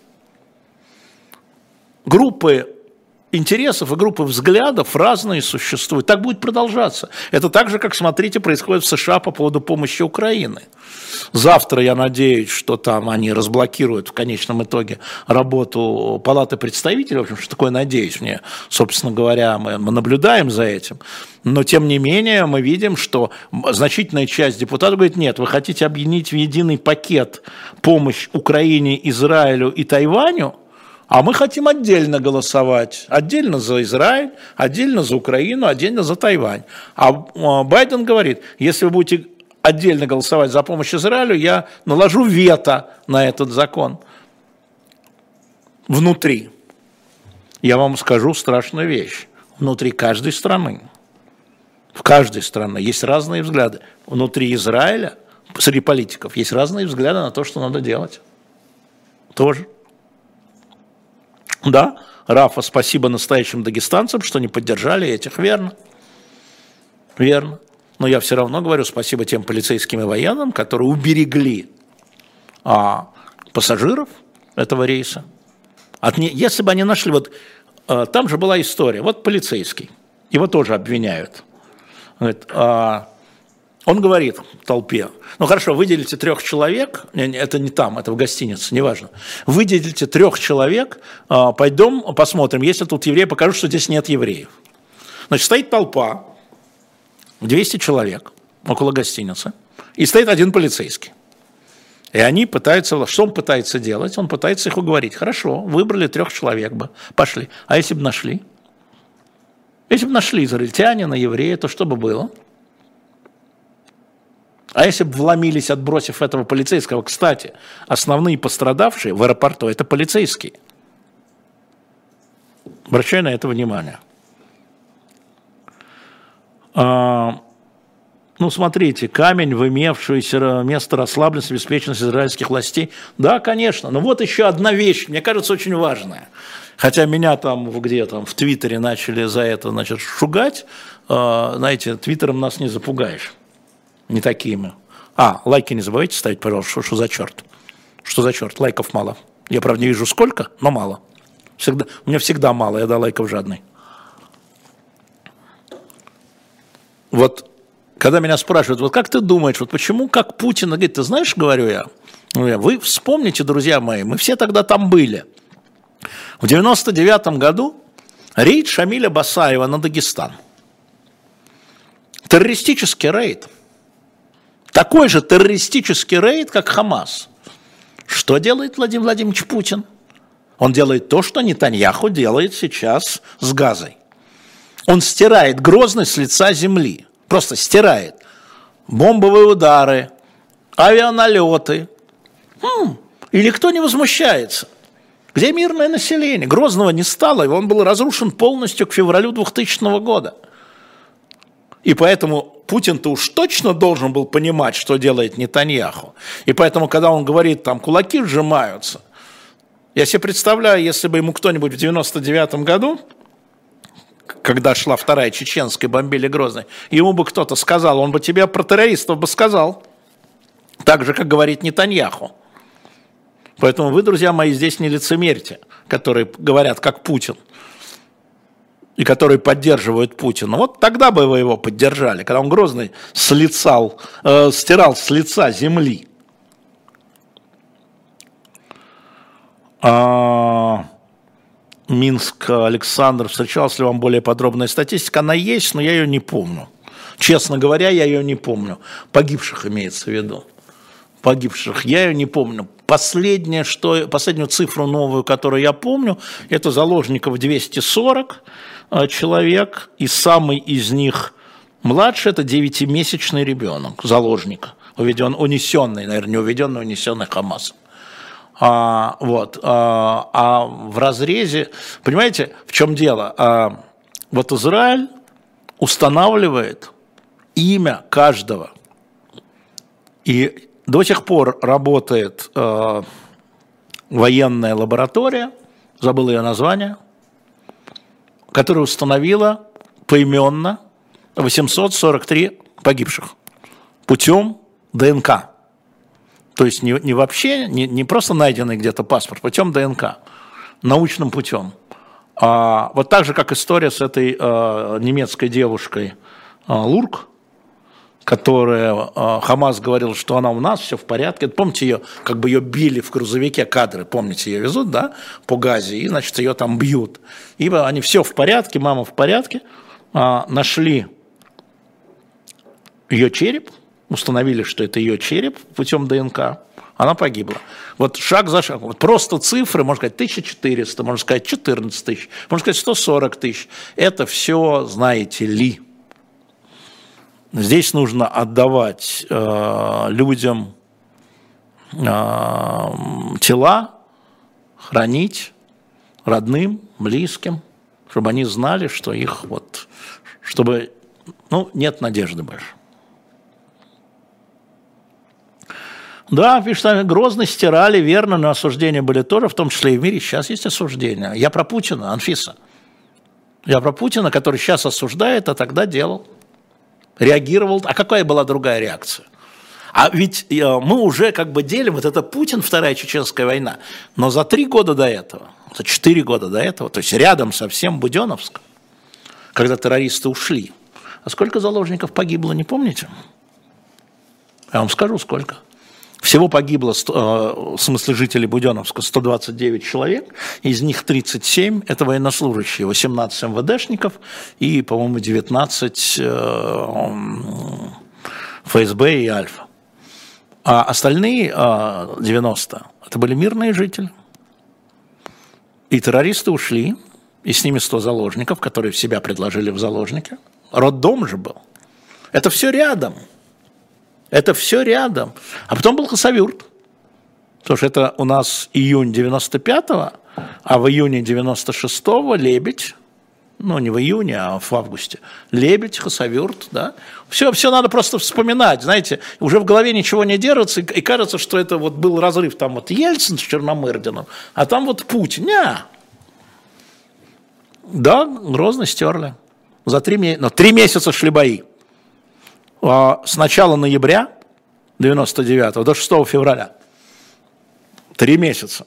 Группы интересов и группы взглядов разные существуют. Так будет продолжаться. Это так же, как, смотрите, происходит в США по поводу помощи Украины. Завтра, я надеюсь, что там они разблокируют в конечном итоге работу Палаты представителей. В общем, что такое надеюсь мне, собственно говоря, мы наблюдаем за этим. Но, тем не менее, мы видим, что значительная часть депутатов говорит, нет, вы хотите объединить в единый пакет помощь Украине, Израилю и Тайваню, а мы хотим отдельно голосовать. Отдельно за Израиль, отдельно за Украину, отдельно за Тайвань. А Байден говорит, если вы будете отдельно голосовать за помощь Израилю, я наложу вето на этот закон. Внутри. Я вам скажу страшную вещь. Внутри каждой страны, в каждой стране есть разные взгляды. Внутри Израиля, среди политиков, есть разные взгляды на то, что надо делать. Тоже. Да, Рафа, спасибо настоящим дагестанцам, что не поддержали этих, верно. Верно. Но я все равно говорю спасибо тем полицейским и военным, которые уберегли пассажиров этого рейса. Если бы они нашли, вот там же была история, вот полицейский, его тоже обвиняют. Говорит, он говорит в толпе, ну хорошо, выделите 3 человек, это не там, это в гостинице, неважно, выделите 3 человек, пойдем посмотрим, если тут евреи, покажу, что здесь нет евреев. Значит, стоит толпа, 200 человек около гостиницы, и стоит один полицейский. И они пытаются, что он пытается делать? Он пытается их уговорить. Хорошо, выбрали 3 человек бы, пошли. А если бы нашли? Если бы нашли израильтянина, еврея, то что бы было? А если бы вломились, отбросив этого полицейского? Кстати, основные пострадавшие в аэропорту – это полицейские. Обращаю на это внимание. Ну, смотрите, камень в имевшееся место расслабленности, обеспеченности израильских властей. Да, конечно. Но вот еще одна вещь, мне кажется, очень важная. Хотя меня там где-то в Твиттере начали за это, значит, шугать. Знаете, Твиттером нас не запугаешь. Не такие мы. Лайки не забывайте ставить, пожалуйста. Что за черт? Что за черт? Лайков мало. Я, правда, не вижу сколько, но мало. У меня всегда мало, я до лайков жадный. Вот, когда меня спрашивают, вот как ты думаешь, вот почему, как Путин, говорит, ты знаешь, говорю я, вы вспомните, друзья мои, мы все тогда там были. В 99 году рейд Шамиля Басаева на Дагестан. Террористический рейд. Такой же террористический рейд, как Хамас. Что делает Владимир Владимирович Путин? Он делает то, что Нетаньяху делает сейчас с Газой. Он стирает Грозный с лица земли. Просто стирает. Бомбовые удары, авианалеты. И никто не возмущается. Где мирное население? Грозного не стало, и он был разрушен полностью к февралю 2000 года. И поэтому Путин-то уж точно должен был понимать, что делает Нетаньяху. И поэтому, когда он говорит, там кулаки сжимаются, я себе представляю, если бы ему кто-нибудь в 99 году, когда шла вторая чеченская, бомбили Грозный, ему бы кто-то сказал, он бы тебе про террористов бы сказал, так же, как говорит Нетаньяху. Поэтому вы, друзья мои, здесь не лицемерьте, которые говорят, как Путин, и которые поддерживают Путина. Вот тогда бы вы его поддержали, когда он Грозный стирал с лица земли. Минск, Александр, встречалась ли вам более подробная статистика? Она есть, но я ее не помню. Честно говоря, я ее не помню. Погибших имеется в виду. Погибших. Я ее не помню. Последнюю цифру новую, которую я помню, это заложников 240 человек, и самый из них младший – это 9-месячный ребенок, заложник, унесенный, наверное, не уведенный, унесенный Хамасом. В разрезе, понимаете, в чем дело? Вот Израиль устанавливает имя каждого, и до сих пор работает военная лаборатория, забыл ее название, которая установила поименно 843 погибших путем ДНК. То есть не вообще, не просто найденный где-то паспорт, путем ДНК, научным путем. Вот так же, как история с этой немецкой девушкой Лурк, которая Хамас говорил, что она у нас, все в порядке. Помните ее, как бы ее били в грузовике, кадры, помните, ее везут, да, по Газе, и, значит, ее там бьют. И они все в порядке, мама в порядке, нашли ее череп, установили, что это ее череп путем ДНК, она погибла. Вот шаг за шагом, вот просто цифры, можно сказать, 1400, можно сказать, 14 тысяч, можно сказать, 140 тысяч. Это все, знаете ли. Здесь нужно отдавать людям тела, хранить родным, близким, чтобы они знали, что их чтобы, нет надежды больше. Да, пишет, Грозный стирали, верно, но осуждения были тоже, в том числе и в мире. Сейчас есть осуждения. Я про Путина, Анфиса. Я про Путина, который сейчас осуждает, а тогда делал. Реагировал. А какая была другая реакция? А ведь мы уже делим, вот это Путин, Вторая Чеченская война, но за 3 года до этого, за 4 года до этого, то есть рядом со всем Буденновском, когда террористы ушли, а сколько заложников погибло, не помните? Я вам скажу, сколько. Всего погибло, в смысле жителей Буденновска, 129 человек, из них 37 – это военнослужащие, 18 МВДшников и, по-моему, 19 ФСБ и Альфа. А остальные 90 – это были мирные жители. И террористы ушли, и с ними 100 заложников, которые себя предложили в заложники. Роддом же был. Это все рядом. Это все рядом. А потом был Хасавюрт. Потому что это у нас июнь 95-го, а в июне 96-го Лебедь, не в июне, а в августе, Лебедь, Хасавюрт, да. Все надо просто вспоминать, знаете, уже в голове ничего не держится, и кажется, что это был разрыв, там Ельцин с Черномырдиным, а там Путин. Да, Грозный стерли. За 3 месяца шли бои. С начала ноября 99 до 6 февраля. 3 месяца.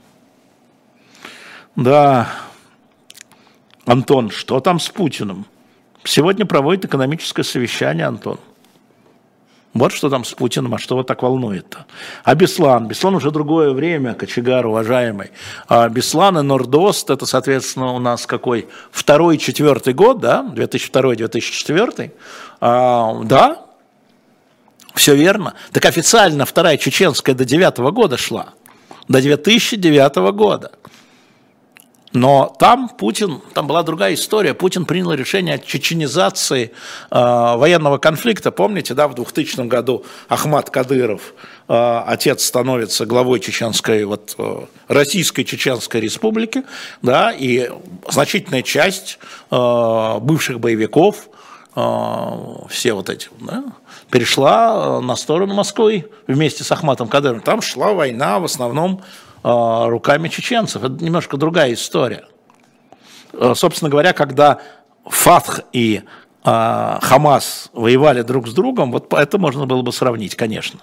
Да. Антон, что там с Путиным? Сегодня проводит экономическое совещание, Антон. Вот что там с Путиным, а что вот так волнует-то? А Беслан? Беслан уже другое время, кочегар уважаемый. А Беслан и Нордост, это, соответственно, у нас какой? 2-4 год, да? 2002-2004. Да, все верно. Так официально Вторая Чеченская до 2009 года шла. До 2009 года. Но там была другая история. Путин принял решение о чеченизации военного конфликта. Помните, да, в 2000 году Ахмад Кадыров, отец, становится главой чеченской, Российской Чеченской Республики, да, и значительная часть бывших боевиков, все вот эти, да, перешла на сторону Москвы вместе с Ахматом Кадыровым. Там шла война в основном руками чеченцев. Это немножко другая история. Собственно говоря, когда Фатх и Хамас воевали друг с другом, вот это можно было бы сравнить, конечно.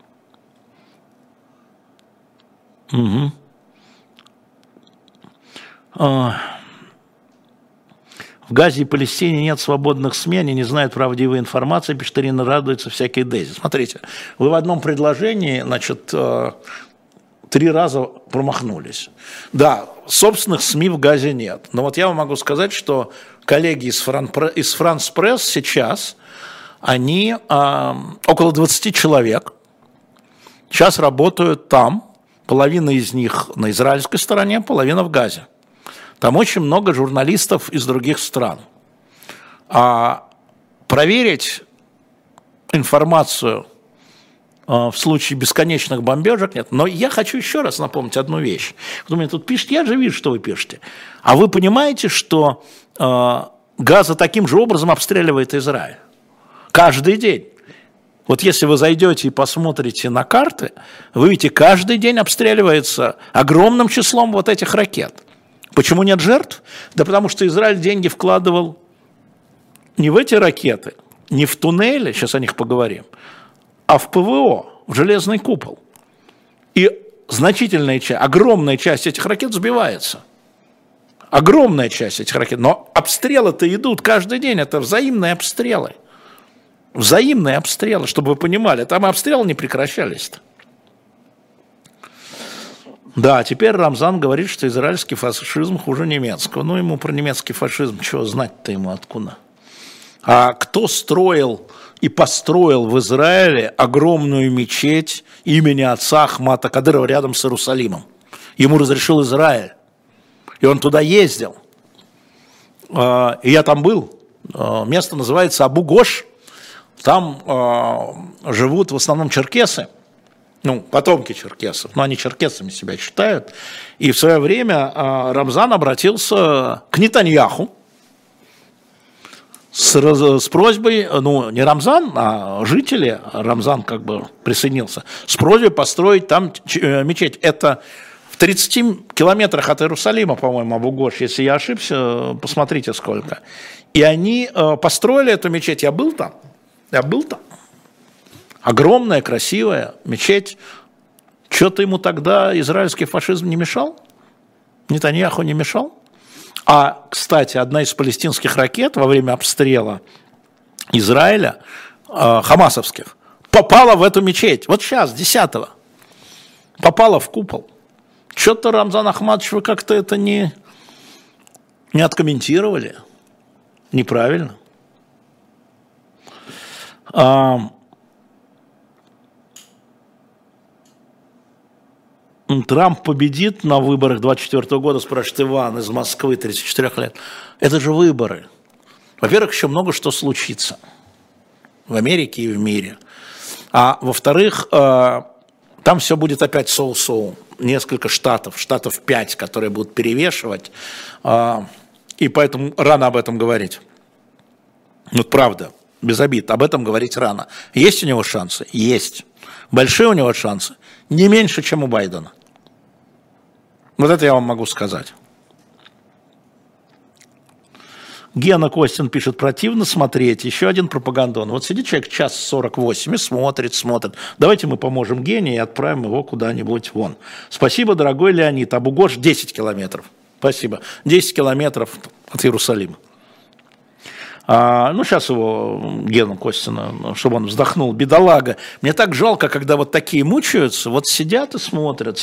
Угу. В Газе и Палестине нет свободных СМИ, они не знают правдивой информации, пишет Ирина, радуется всякой Дейзи. Смотрите, вы в одном предложении, значит, 3 раза промахнулись. Да, собственных СМИ в Газе нет. Но вот я вам могу сказать, что коллеги из France Press сейчас, они около 20 человек сейчас работают там, половина из них на израильской стороне, половина в Газе. Там очень много журналистов из других стран. Проверить информацию в случае бесконечных бомбежек нет. Но я хочу еще раз напомнить одну вещь. Вы мне тут пишете, я же вижу, что вы пишете. А вы понимаете, что Газа таким же образом обстреливает Израиль? Каждый день. Вот если вы зайдете и посмотрите на карты, вы видите, каждый день обстреливается огромным числом вот этих ракет. Почему нет жертв? Да потому что Израиль деньги вкладывал не в эти ракеты, не в туннели, сейчас о них поговорим, а в ПВО, в железный купол. И значительная часть, огромная часть этих ракет сбивается. Огромная часть этих ракет. Но обстрелы-то идут каждый день, это взаимные обстрелы. Взаимные обстрелы, чтобы вы понимали, там обстрелы не прекращались-то. Да, теперь Рамзан говорит, что израильский фашизм хуже немецкого. Ну, ему про немецкий фашизм чего знать-то ему откуда? А кто строил и построил в Израиле огромную мечеть имени отца Ахмата Кадырова рядом с Иерусалимом? Ему разрешил Израиль. И он туда ездил. И я там был. Место называется Абу-Гош. Там живут в основном черкесы. Ну, потомки черкесов, но они черкесами себя считают. И в свое время Рамзан обратился к Нетаньяху с просьбой, ну, не Рамзан, а жители, Рамзан как бы присоединился, с просьбой построить там мечеть. Это в 30 километрах от Иерусалима, по-моему, Абу-Гош, если я ошибся, посмотрите сколько. И они построили эту мечеть, я был там. Огромная, красивая мечеть. Что-то ему тогда израильский фашизм не мешал? Нетаньяху не мешал? А, кстати, одна из палестинских ракет во время обстрела Израиля, хамасовских, попала в эту мечеть. Вот сейчас, 10-го. Попала в купол. Что-то, Рамзан Ахматович, вы как-то это не откомментировали. Неправильно. Трамп победит на выборах 2024 года, спрашивает Иван из Москвы, 34 лет. Это же выборы. Во-первых, еще много что случится в Америке и в мире. А во-вторых, там все будет опять соу-соу. Несколько штатов 5, которые будут перевешивать. И поэтому рано об этом говорить. Вот правда, без обид, об этом говорить рано. Есть у него шансы? Есть. Большие у него шансы? Не меньше, чем у Байдена. Вот это я вам могу сказать. Гена Костин пишет, противно смотреть. Еще один пропагандон. Вот сидит человек 1:48 и смотрит. Давайте мы поможем Гене и отправим его куда-нибудь вон. Спасибо, дорогой Леонид. Абу-Гош 10 километров. Спасибо. 10 километров от Иерусалима. Ну, сейчас его, Гену Костина, чтобы он вздохнул, бедолага. Мне так жалко, когда вот такие мучаются, вот сидят и смотрят.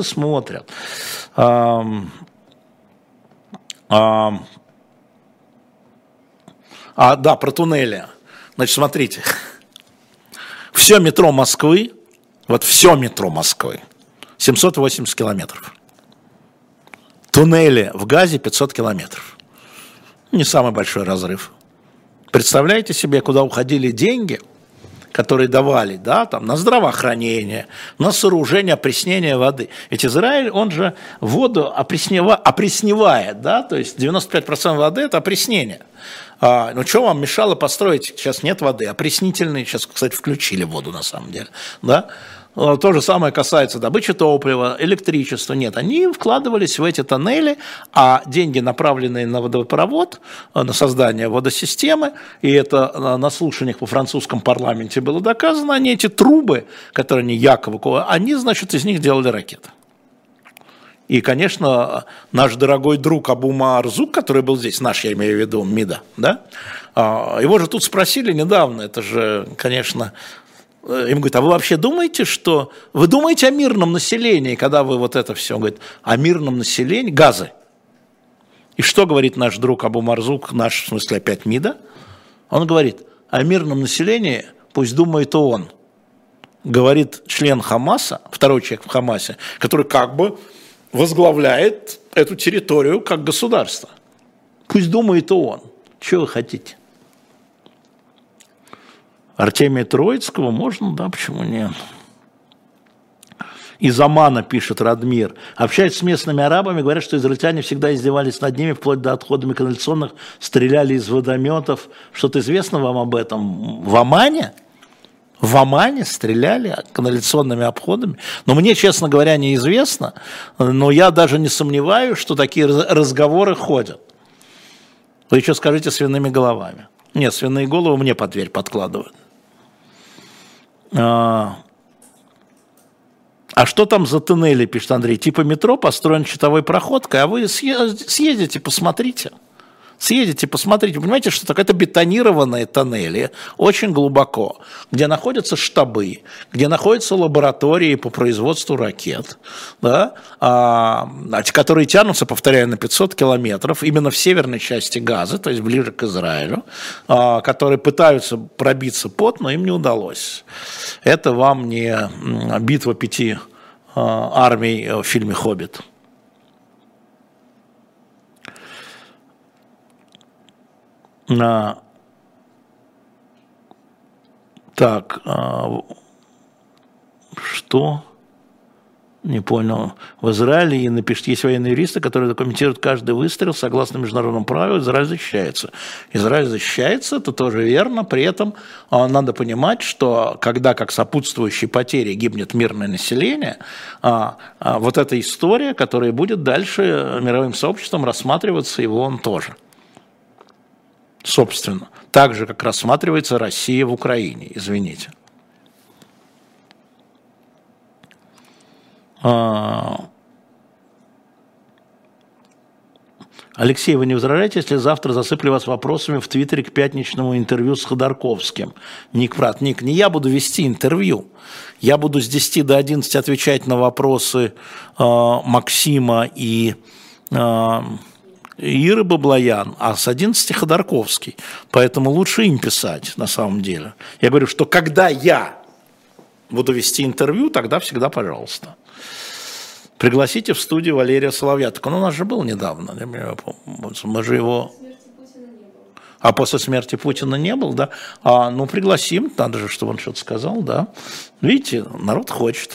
Да, про туннели. Значит, смотрите. Все метро Москвы, 780 километров. туннели в Газе 500 километров. Не самый большой разрыв. Представляете себе, куда уходили деньги, которые давали, да, там, на здравоохранение, на сооружение опреснения воды. Ведь Израиль, он же воду опресневает, да, то есть 95% воды – это опреснение. Ну, что вам мешало построить, сейчас нет воды, опреснительные, сейчас, кстати, включили воду на самом деле, да. То же самое касается добычи топлива, электричества. Нет, они вкладывались в эти тоннели, а деньги, направленные на водопровод, на создание водосистемы, и это на слушаниях по французском парламенте было доказано, они эти трубы, которые они якобы, они, значит, из них делали ракеты. И, конечно, наш дорогой друг Абу Марзук, который был здесь, наш, я имею в виду, МИДа, да, его же тут спросили недавно, это же, конечно... Им говорят, а вы вообще думаете, что... Вы думаете о мирном населении, когда вы вот это все... Он говорит, о мирном населении... Газы. И что говорит наш друг Абу Марзук, наш, в смысле, опять МИДа? Он говорит, о мирном населении пусть думает ООН. Говорит член Хамаса, второй человек в Хамасе, который как бы возглавляет эту территорию как государство. Пусть думает ООН. Чего вы хотите? Артемия Троицкого можно, да, почему нет? Из Омана, пишет Радмир, общаясь с местными арабами, говорят, что израильтяне всегда издевались над ними, вплоть до отходами канализационных, стреляли из водометов. Что-то известно вам об этом? В Омане? В Омане стреляли канализационными обходами? Но мне, честно говоря, неизвестно, но я даже не сомневаюсь, что такие разговоры ходят. Вы еще скажите свиными головами. Нет, свиные головы мне под дверь подкладывают. А что там за туннели, пишет Андрей? Типа метро построен щитовой проходкой, а вы съездите, посмотрите. Съездите, посмотрите. Понимаете, что такое? Это бетонированные тоннели, очень глубоко, где находятся штабы, где находятся лаборатории по производству ракет, да, которые тянутся, повторяю, на 500 километров, именно в северной части Газы, то есть ближе к Израилю, которые пытаются пробиться но им не удалось. Это вам не битва 5 армий в фильме «Хоббит». Так, что? Не понял. В Израиле, напишите, есть военные юристы, которые документируют каждый выстрел согласно международному праву, Израиль защищается. Израиль защищается, это тоже верно, при этом надо понимать, что когда как сопутствующие потери гибнет мирное население, вот эта история, которая будет дальше мировым сообществом рассматриваться, его он тоже. Собственно, так же, как рассматривается Россия в Украине, извините. Алексей, вы не возражаете, если завтра засыплю вас вопросами в Твиттере к пятничному интервью с Ходорковским? Ник, брат, Ник, не я буду вести интервью. Я буду с 10 до 11 отвечать на вопросы Максима и Иры Баблоян, а с 11 Ходорковский. Поэтому лучше им писать, на самом деле. Я говорю, что когда я буду вести интервью, тогда всегда пожалуйста. Пригласите в студию Валерия Соловья. Так он у нас же был недавно. Мы же его... А после смерти Путина не был, да? Ну, пригласим, надо же, чтобы он что-то сказал, да. Видите, народ хочет.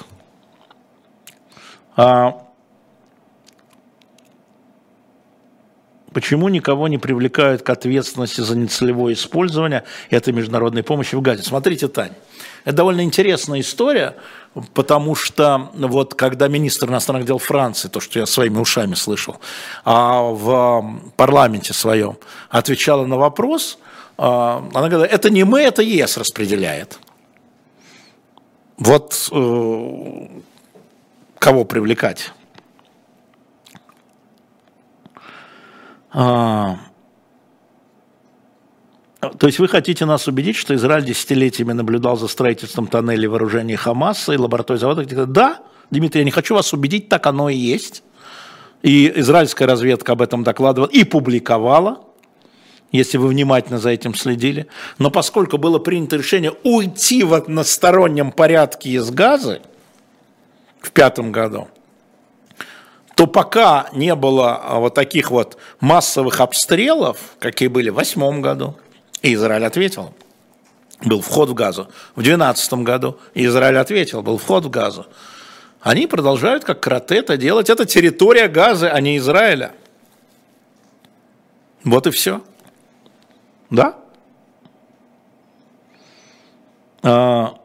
Почему никого не привлекают к ответственности за нецелевое использование этой международной помощи в Газе? Смотрите, Тань, это довольно интересная история, потому что вот когда министр иностранных дел Франции, то, что я своими ушами слышал, в парламенте своем отвечала на вопрос, она говорила, это не мы, это ЕС распределяет. Вот кого привлекать? То есть вы хотите нас убедить, что Израиль десятилетиями наблюдал за строительством тоннелей вооружений Хамаса и лабораторий заводов? Да, Дмитрий, я не хочу вас убедить, так оно и есть. И израильская разведка об этом докладывала и публиковала, если вы внимательно за этим следили. Но поскольку было принято решение уйти в одностороннем порядке из Газы в 2005 году, то пока не было вот таких вот массовых обстрелов, какие были в 2008 году, и Израиль ответил, был вход в Газу. В 2012 году Израиль ответил, был вход в Газу. Они продолжают, как кроты, это делать. Это территория Газы, а не Израиля. Вот и все. Да? А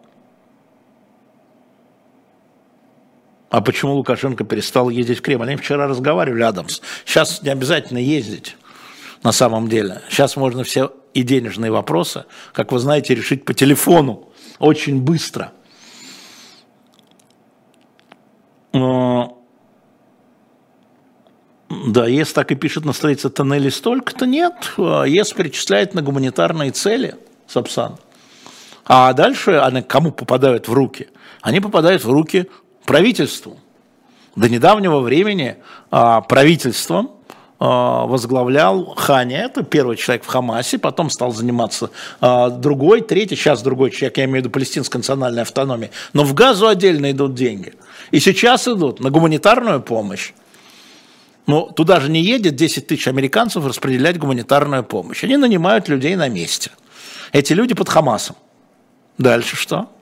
почему Лукашенко перестал ездить в Кремль? Они вчера разговаривали, Адамс. Сейчас не обязательно ездить, на самом деле. Сейчас можно все и денежные вопросы, как вы знаете, решить по телефону очень быстро. Да, ЕС так и пишет, на строительство тоннелей столько-то нет. ЕС перечисляет на гуманитарные цели, Сапсан. А дальше они кому попадают в руки? Они попадают в руки правительству. До недавнего времени правительством возглавлял Хани, это первый человек в Хамасе, потом стал заниматься другой, третий, сейчас другой человек, я имею в виду палестинской национальной автономии, но в Газу отдельно идут деньги. И сейчас идут на гуманитарную помощь. Но туда же не едет 10 тысяч американцев распределять гуманитарную помощь. Они нанимают людей на месте. Эти люди под Хамасом. Дальше что?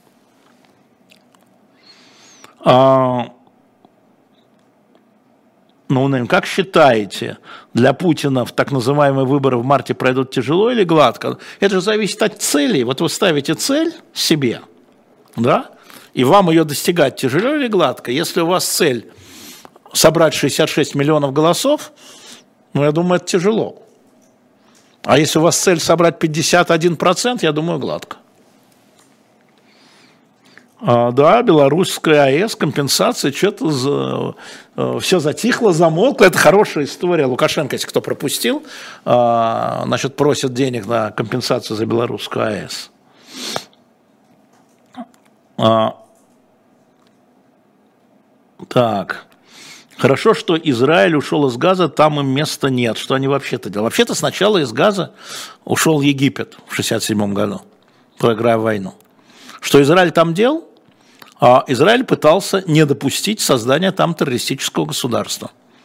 Ну, как считаете, для Путина так называемые выборы в марте пройдут тяжело или гладко? Это же зависит от целей. Вот вы ставите цель себе, да, и вам ее достигать тяжело или гладко? Если у вас цель собрать 66 миллионов голосов, ну, я думаю, это тяжело. А если у вас цель собрать 51%, я думаю, гладко. Да, белорусская АЭС, компенсация, что-то все затихло, замолкло. Это хорошая история. Лукашенко, если кто пропустил, значит, просит денег на компенсацию за белорусскую АЭС. Так. Хорошо, что Израиль ушел из Газа, там им места нет. Что они вообще-то делали? Вообще-то сначала из Газа ушел Египет в 1967 году, проиграв войну. Что Израиль там делал? Израиль пытался не допустить создания там террористического государства.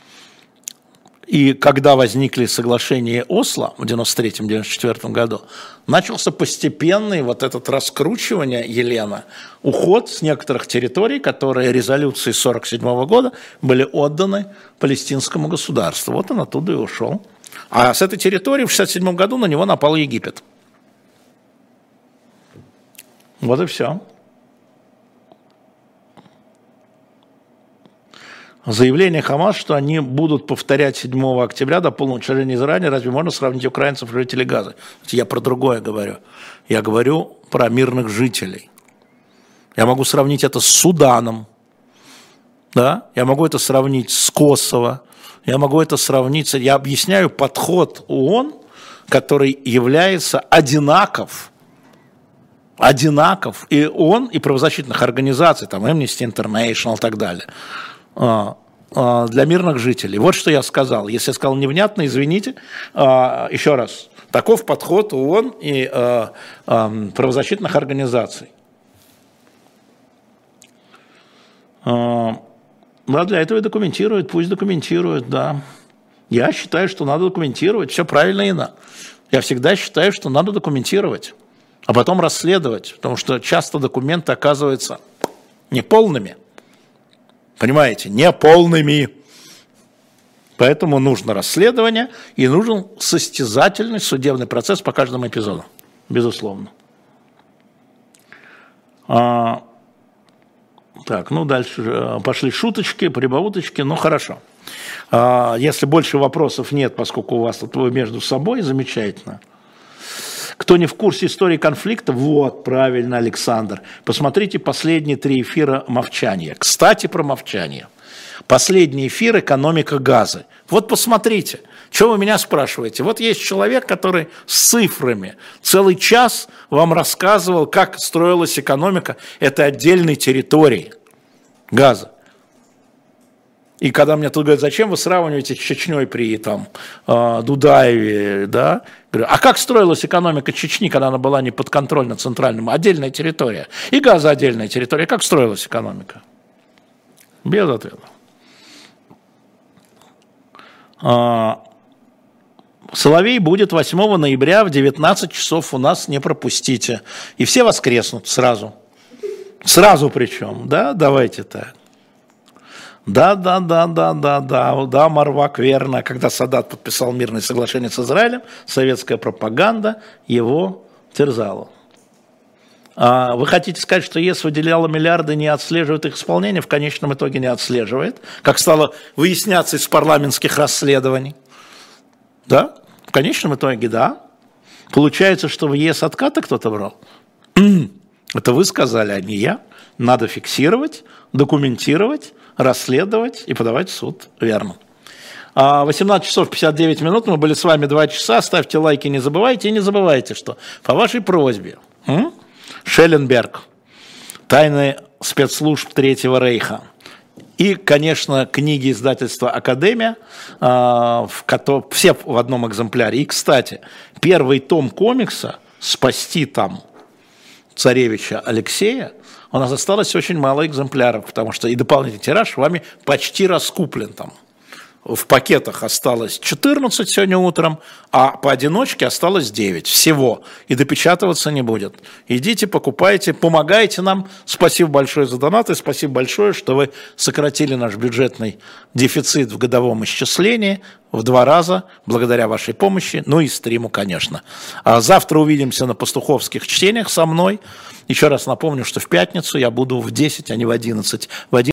И когда возникли соглашения Осло в 1993-1994 году, начался постепенный вот этот раскручивание, Елена, уход с некоторых территорий, которые резолюцией 1947 года были отданы палестинскому государству. Вот он оттуда и ушел. А с этой территории в 1967 году на него напал Египет. Вот и все. Заявление Хамас, что они будут повторять 7 октября до полного уничтожения Израиля, разве можно сравнить украинцев и жителей Газы? Я про другое говорю. Я говорю про мирных жителей. Я могу сравнить это с Суданом. Да? Я могу это сравнить с Косово. Я могу это сравнить с... Я объясняю подход ООН, который является одинаков и ООН, и правозащитных организаций, там Amnesty International и так далее, для мирных жителей. Вот что я сказал. Если я сказал невнятно, извините. Еще раз. Таков подход ООН и правозащитных организаций. Да, для этого и документируют. Пусть документируют, да. Я считаю, что надо документировать. Все правильно, Инна. Я всегда считаю, что надо документировать, а потом расследовать. Потому что часто документы оказываются неполными. Понимаете, неполными. Поэтому нужно расследование и нужен состязательный судебный процесс по каждому эпизоду. Безусловно. Так, ну дальше пошли шуточки, прибауточки, ну хорошо. Если больше вопросов нет, поскольку у вас тут вы между собой, замечательно. Кто не в курсе истории конфликта, вот, правильно, Александр, посмотрите последние 3 эфира «Мовчания». Кстати, про «Мовчание». Последний эфир «Экономика Газы». Вот посмотрите, что вы меня спрашиваете. Вот есть человек, который с цифрами целый час вам рассказывал, как строилась экономика этой отдельной территории Газа. И когда мне тут говорят, зачем вы сравниваете с Чечней при там, Дудаеве, да? Говорю, а как строилась экономика Чечни, когда она была не подконтрольна центральному? Отдельная территория. И Газа отдельная территория. Как строилась экономика? Без ответа. Соловей будет 8 ноября в 19 часов у нас, не пропустите. И все воскреснут сразу. Сразу причем, да, давайте так. Да, Марвак, верно. Когда Садат подписал мирное соглашение с Израилем, советская пропаганда его терзала. Вы хотите сказать, что ЕС выделяла миллиарды, не отслеживает их исполнение? В конечном итоге не отслеживает, как стало выясняться из парламентских расследований. Да, в конечном итоге, да. Получается, что в ЕС откаты кто-то брал? Это вы сказали, а не я. Надо фиксировать, документировать, расследовать и подавать в суд. Верно. 18 часов 59 минут. Мы были с вами 2 часа. Ставьте лайки, не забывайте. И не забывайте, что по вашей просьбе Шелленберг, тайны спецслужб Третьего Рейха и, конечно, книги издательства «Академия», все в одном экземпляре. И, кстати, первый том комикса «Спасти там царевича Алексея», у нас осталось очень мало экземпляров, потому что и дополнительный тираж вами почти раскуплен там. В пакетах осталось 14 сегодня утром, а поодиночке осталось 9 всего. И допечатываться не будет. Идите, покупайте, помогайте нам. Спасибо большое за донаты, спасибо большое, что вы сократили наш бюджетный дефицит в годовом исчислении в 2 раза, благодаря вашей помощи, ну и стриму, конечно. Завтра увидимся на пастуховских чтениях со мной. Еще раз напомню, что в пятницу я буду в 10, а не в 11.